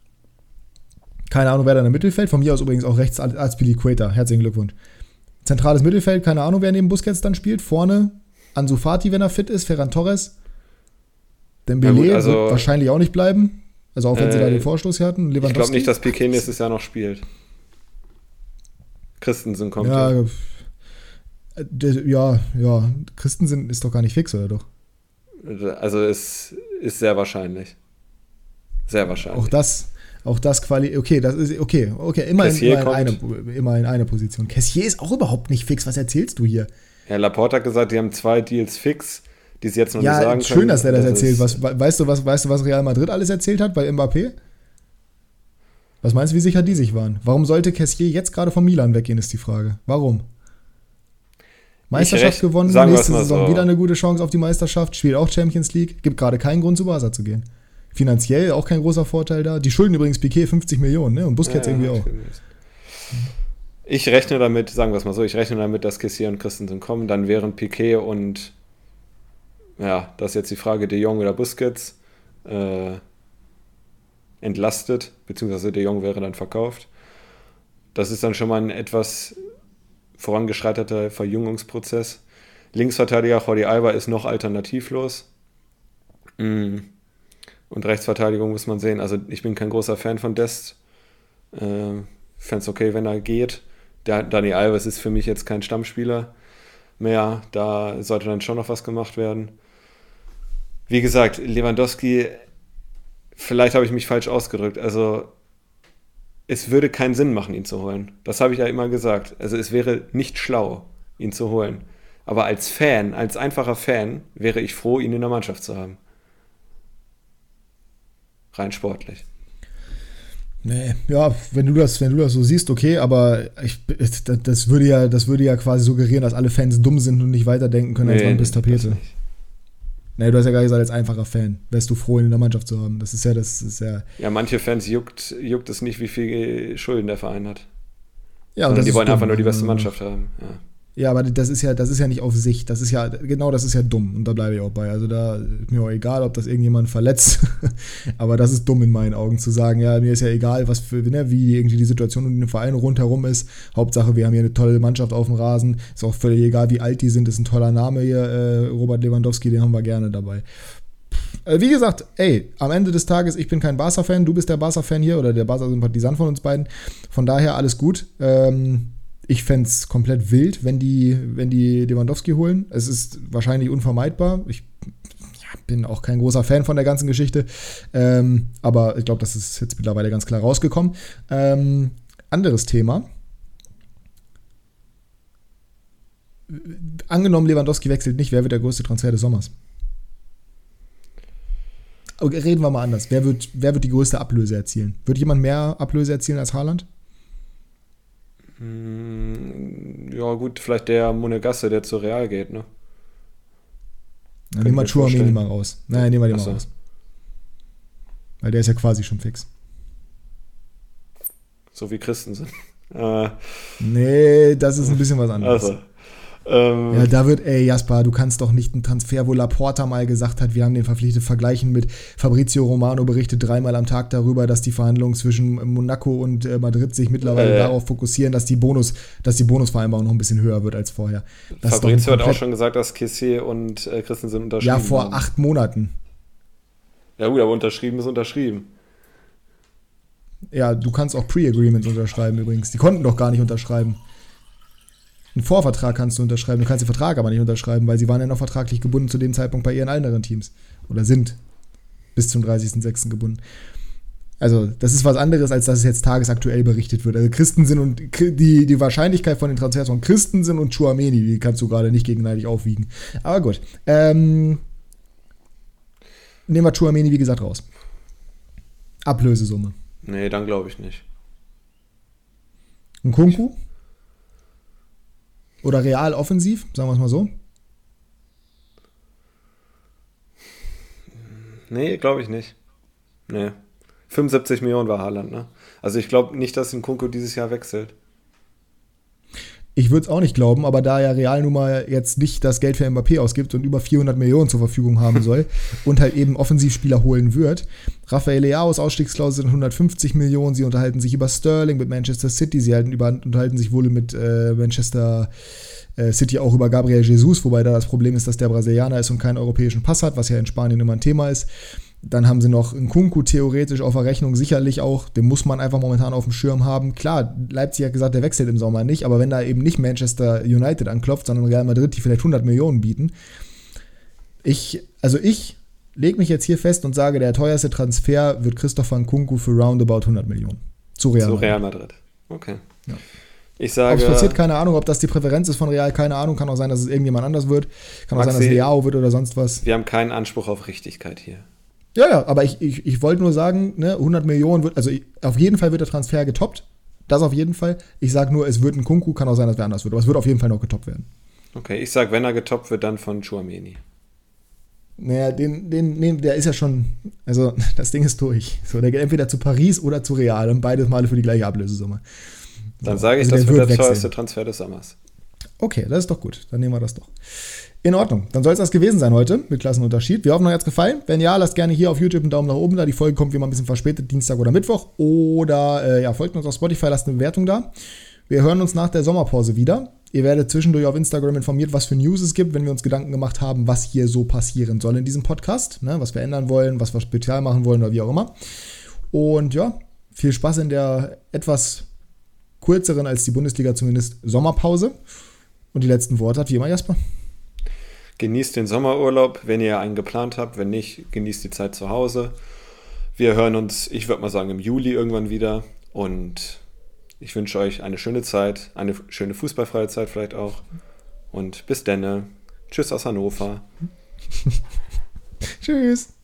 Keine Ahnung, wer da im Mittelfeld. Von mir aus übrigens auch rechts Azpilicueta. Herzlichen Glückwunsch. Zentrales Mittelfeld, keine Ahnung, wer neben Busquets dann spielt. Vorne Ansu Fati, wenn er fit ist, Ferran Torres. Dembélé Ja gut, also- wird wahrscheinlich auch nicht bleiben. Also auch wenn sie Äh, da den Vorstoß hier hatten. ich Lewandowski. glaube nicht, dass Piqué nächstes Jahr noch spielt. Christensen kommt Ja, ja. äh, der- ja, ja. Christensen ist doch gar nicht fix, oder doch? Also es ist sehr wahrscheinlich. Sehr wahrscheinlich. Auch das, auch das Quali. Okay, das ist okay, okay. Immerhin, Kessier immerhin, eine, kommt. immerhin eine Position. Kessier ist auch überhaupt nicht fix. Was erzählst du hier? Ja, Laporte hat gesagt, die haben zwei Deals fix, die sie jetzt noch nicht Ja, sagen schön, können. dass der das, erzählt. ist- Was, weißt du, was, weißt du, was Real Madrid alles erzählt hat bei Mbappé? Was meinst du, wie sicher die sich waren? Warum sollte Kessier jetzt gerade von Milan weggehen, ist die Frage. Warum? Meisterschaft rech- gewonnen, sagen wir's nächste mal Saison so. wieder eine gute Chance auf die Meisterschaft, spielt auch Champions League, gibt gerade keinen Grund, zu Barca zu gehen. Finanziell auch kein großer Vorteil da. Die schulden übrigens Piqué fünfzig Millionen, ne? Und Busquets Ja, irgendwie ja, auch. stimmt. Ich rechne damit, sagen wir es mal so, ich rechne damit, dass Kessier und Christensen kommen, dann wären Piqué und ja, das ist jetzt die Frage, De Jong oder Busquets äh, entlastet, beziehungsweise De Jong wäre dann verkauft. Das ist dann schon mal ein etwas vorangeschreiteter Verjüngungsprozess. Linksverteidiger Jordi Alba ist noch alternativlos. Mm. Und Rechtsverteidigung muss man sehen. Also ich bin kein großer Fan von Dest. Äh, Fände es okay, wenn er geht. Der Dani Alves ist für mich jetzt kein Stammspieler mehr. Da sollte dann schon noch was gemacht werden. Wie gesagt, Lewandowski, vielleicht habe ich mich falsch ausgedrückt. Also es würde keinen Sinn machen, ihn zu holen. Das habe ich ja immer gesagt. Also es wäre nicht schlau, ihn zu holen. Aber als Fan, als einfacher Fan, wäre ich froh, ihn in der Mannschaft zu haben. Rein sportlich. Nee, ja, wenn du das, wenn du das so siehst, okay, aber ich, das, das, würde ja, das würde ja quasi suggerieren, dass alle Fans dumm sind und nicht weiterdenken können als Wand bis Tapete. das nicht. Nee, du hast ja gerade gesagt, als einfacher Fan wärst du froh, ihn in der Mannschaft zu haben. Das ist ja, das ist ja. Ja, manche Fans juckt, juckt es nicht, wie viel Schulden der Verein hat. Ja, Sondern das die ist wollen dumm. einfach nur die beste Mannschaft haben. Ja. Ja, aber das ist ja, das ist ja nicht auf Sicht. Das ist ja, genau das ist ja dumm. Und da bleibe ich auch bei. Also da ist mir auch egal, ob das irgendjemand verletzt. Aber das ist dumm in meinen Augen zu sagen, ja, mir ist ja egal, was für, ne, wie irgendwie die Situation um den Verein rundherum ist. Hauptsache, wir haben hier eine tolle Mannschaft auf dem Rasen. Ist auch völlig egal, wie alt die sind. Ist ein toller Name hier, äh, Robert Lewandowski, den haben wir gerne dabei. Äh, wie gesagt, ey, am Ende des Tages, ich bin kein Barca-Fan, du bist der Barca-Fan hier oder der Barca-Sympathisant von uns beiden. Von daher alles gut. Ähm, Ich fände es komplett wild, wenn die, wenn die Lewandowski holen. Es ist wahrscheinlich unvermeidbar. Ich ja, bin auch kein großer Fan von der ganzen Geschichte. Ähm, aber ich glaube, das ist jetzt mittlerweile ganz klar rausgekommen. Ähm, anderes Thema. Angenommen, Lewandowski wechselt nicht, wer wird der größte Transfer des Sommers? Okay, reden wir mal anders. Wer wird, wer wird die größte Ablöse erzielen? Wird jemand mehr Ablöse erzielen als Haaland? Ja, gut, vielleicht der Monegasse, der zu Real geht, ne? Dann nehmen wir Tchouaméni mal raus. Nein, nehmen wir den mal raus. Weil der ist ja quasi schon fix. So wie Christensen. äh, nee, das ist ein bisschen was anderes. Also, ähm, ja, da wird, ey, Jasper, du kannst doch nicht einen Transfer, wo Laporta mal gesagt hat, wir haben den verpflichtet, vergleichen mit Fabrizio Romano berichtet dreimal am Tag darüber, dass die Verhandlungen zwischen Monaco und äh, Madrid sich mittlerweile äh, darauf fokussieren, dass die Bonus, dass die Bonusvereinbarung noch ein bisschen höher wird als vorher. Das Fabrizio hat auch schon gesagt, dass Kessié und äh, Christensen unterschrieben haben. Ja, vor haben. acht Monaten. Ja gut, aber unterschrieben ist unterschrieben. Ja, du kannst auch Pre-Agreements unterschreiben übrigens. Die konnten doch gar nicht unterschreiben. Einen Vorvertrag kannst du unterschreiben, du kannst den Vertrag aber nicht unterschreiben, weil sie waren ja noch vertraglich gebunden zu dem Zeitpunkt bei ihren anderen Teams. Oder sind bis zum dreißigsten sechsten gebunden. Also, das ist was anderes, als dass es jetzt tagesaktuell berichtet wird. Also Christensen und die, die Wahrscheinlichkeit von den Transfers von Christensen und Tchouaméni, die kannst du gerade nicht gegenseitig aufwiegen. Aber gut. Ähm, nehmen wir Tchouaméni, wie gesagt, raus. Ablösesumme. Nee, dann glaube ich nicht. Nkunku? Oder Real offensiv, sagen wir es mal so? Nee, glaube ich nicht. Nee. fünfundsiebzig Millionen war Haaland, ne? Also ich glaube nicht, dass Nkunku dieses Jahr wechselt. Ich würde es auch nicht glauben, aber da ja Real nun mal jetzt nicht das Geld für Mbappé ausgibt und über vierhundert Millionen zur Verfügung haben soll und halt eben Offensivspieler holen wird. Rafael Leaos Ausstiegsklausel sind hundertfünfzig Millionen, sie unterhalten sich über Sterling mit Manchester City, sie halten über, unterhalten sich wohl mit äh, Manchester äh, City auch über Gabriel Jesus, wobei da das Problem ist, dass der Brasilianer ist und keinen europäischen Pass hat, was ja in Spanien immer ein Thema ist. Dann haben sie noch Nkunku theoretisch auf der Rechnung, sicherlich auch, den muss man einfach momentan auf dem Schirm haben. Klar, Leipzig hat gesagt, der wechselt im Sommer nicht, aber wenn da eben nicht Manchester United anklopft, sondern Real Madrid, die vielleicht hundert Millionen bieten. Ich, also ich lege mich jetzt hier fest und sage, der teuerste Transfer wird Christopher Nkunku für roundabout hundert Millionen. Zu Real Madrid. Zu Real Madrid, okay. Ja. Ich sage, ob es passiert, keine Ahnung, ob das die Präferenz ist von Real, keine Ahnung, kann auch sein, dass es irgendjemand anders wird, kann auch Maxi, sein, dass Leao wird oder sonst was. Wir haben keinen Anspruch auf Richtigkeit hier. Ja, ja, aber ich, ich, ich wollte nur sagen, ne, hundert Millionen wird, also ich, auf jeden Fall wird der Transfer getoppt, das auf jeden Fall. Ich sage nur, es wird ein Kunku, kann auch sein, dass wer anders wird, aber es wird auf jeden Fall noch getoppt werden. Okay, ich sage, wenn er getoppt wird, dann von Tchouaméni. Naja, den, den, den, der ist ja schon, also das Ding ist durch. So, der geht entweder zu Paris oder zu Real und beides Male für die gleiche Ablösesumme. Dann sage ich, also das wird wird der wechseln. teuerste Transfer des Sommers. Okay, das ist doch gut. Dann nehmen wir das doch. In Ordnung. Dann soll es das gewesen sein heute mit Klassenunterschied. Wir hoffen, euch hat es gefallen. Wenn ja, lasst gerne hier auf YouTube einen Daumen nach oben da. Die Folge kommt wie immer ein bisschen verspätet, Dienstag oder Mittwoch. Oder äh, ja, folgt uns auf Spotify, lasst eine Bewertung da. Wir hören uns nach der Sommerpause wieder. Ihr werdet zwischendurch auf Instagram informiert, was für News es gibt, wenn wir uns Gedanken gemacht haben, was hier so passieren soll in diesem Podcast. Ne, was wir ändern wollen, was wir spezial machen wollen oder wie auch immer. Und ja, viel Spaß in der etwas kürzeren als die Bundesliga zumindest Sommerpause. Und die letzten Worte hat wie immer Jasper. Genießt den Sommerurlaub, wenn ihr einen geplant habt. Wenn nicht, genießt die Zeit zu Hause. Wir hören uns, ich würde mal sagen, im Juli irgendwann wieder. Und ich wünsche euch eine schöne Zeit, eine schöne fußballfreie Zeit vielleicht auch. Und bis denne. Tschüss aus Hannover. Tschüss.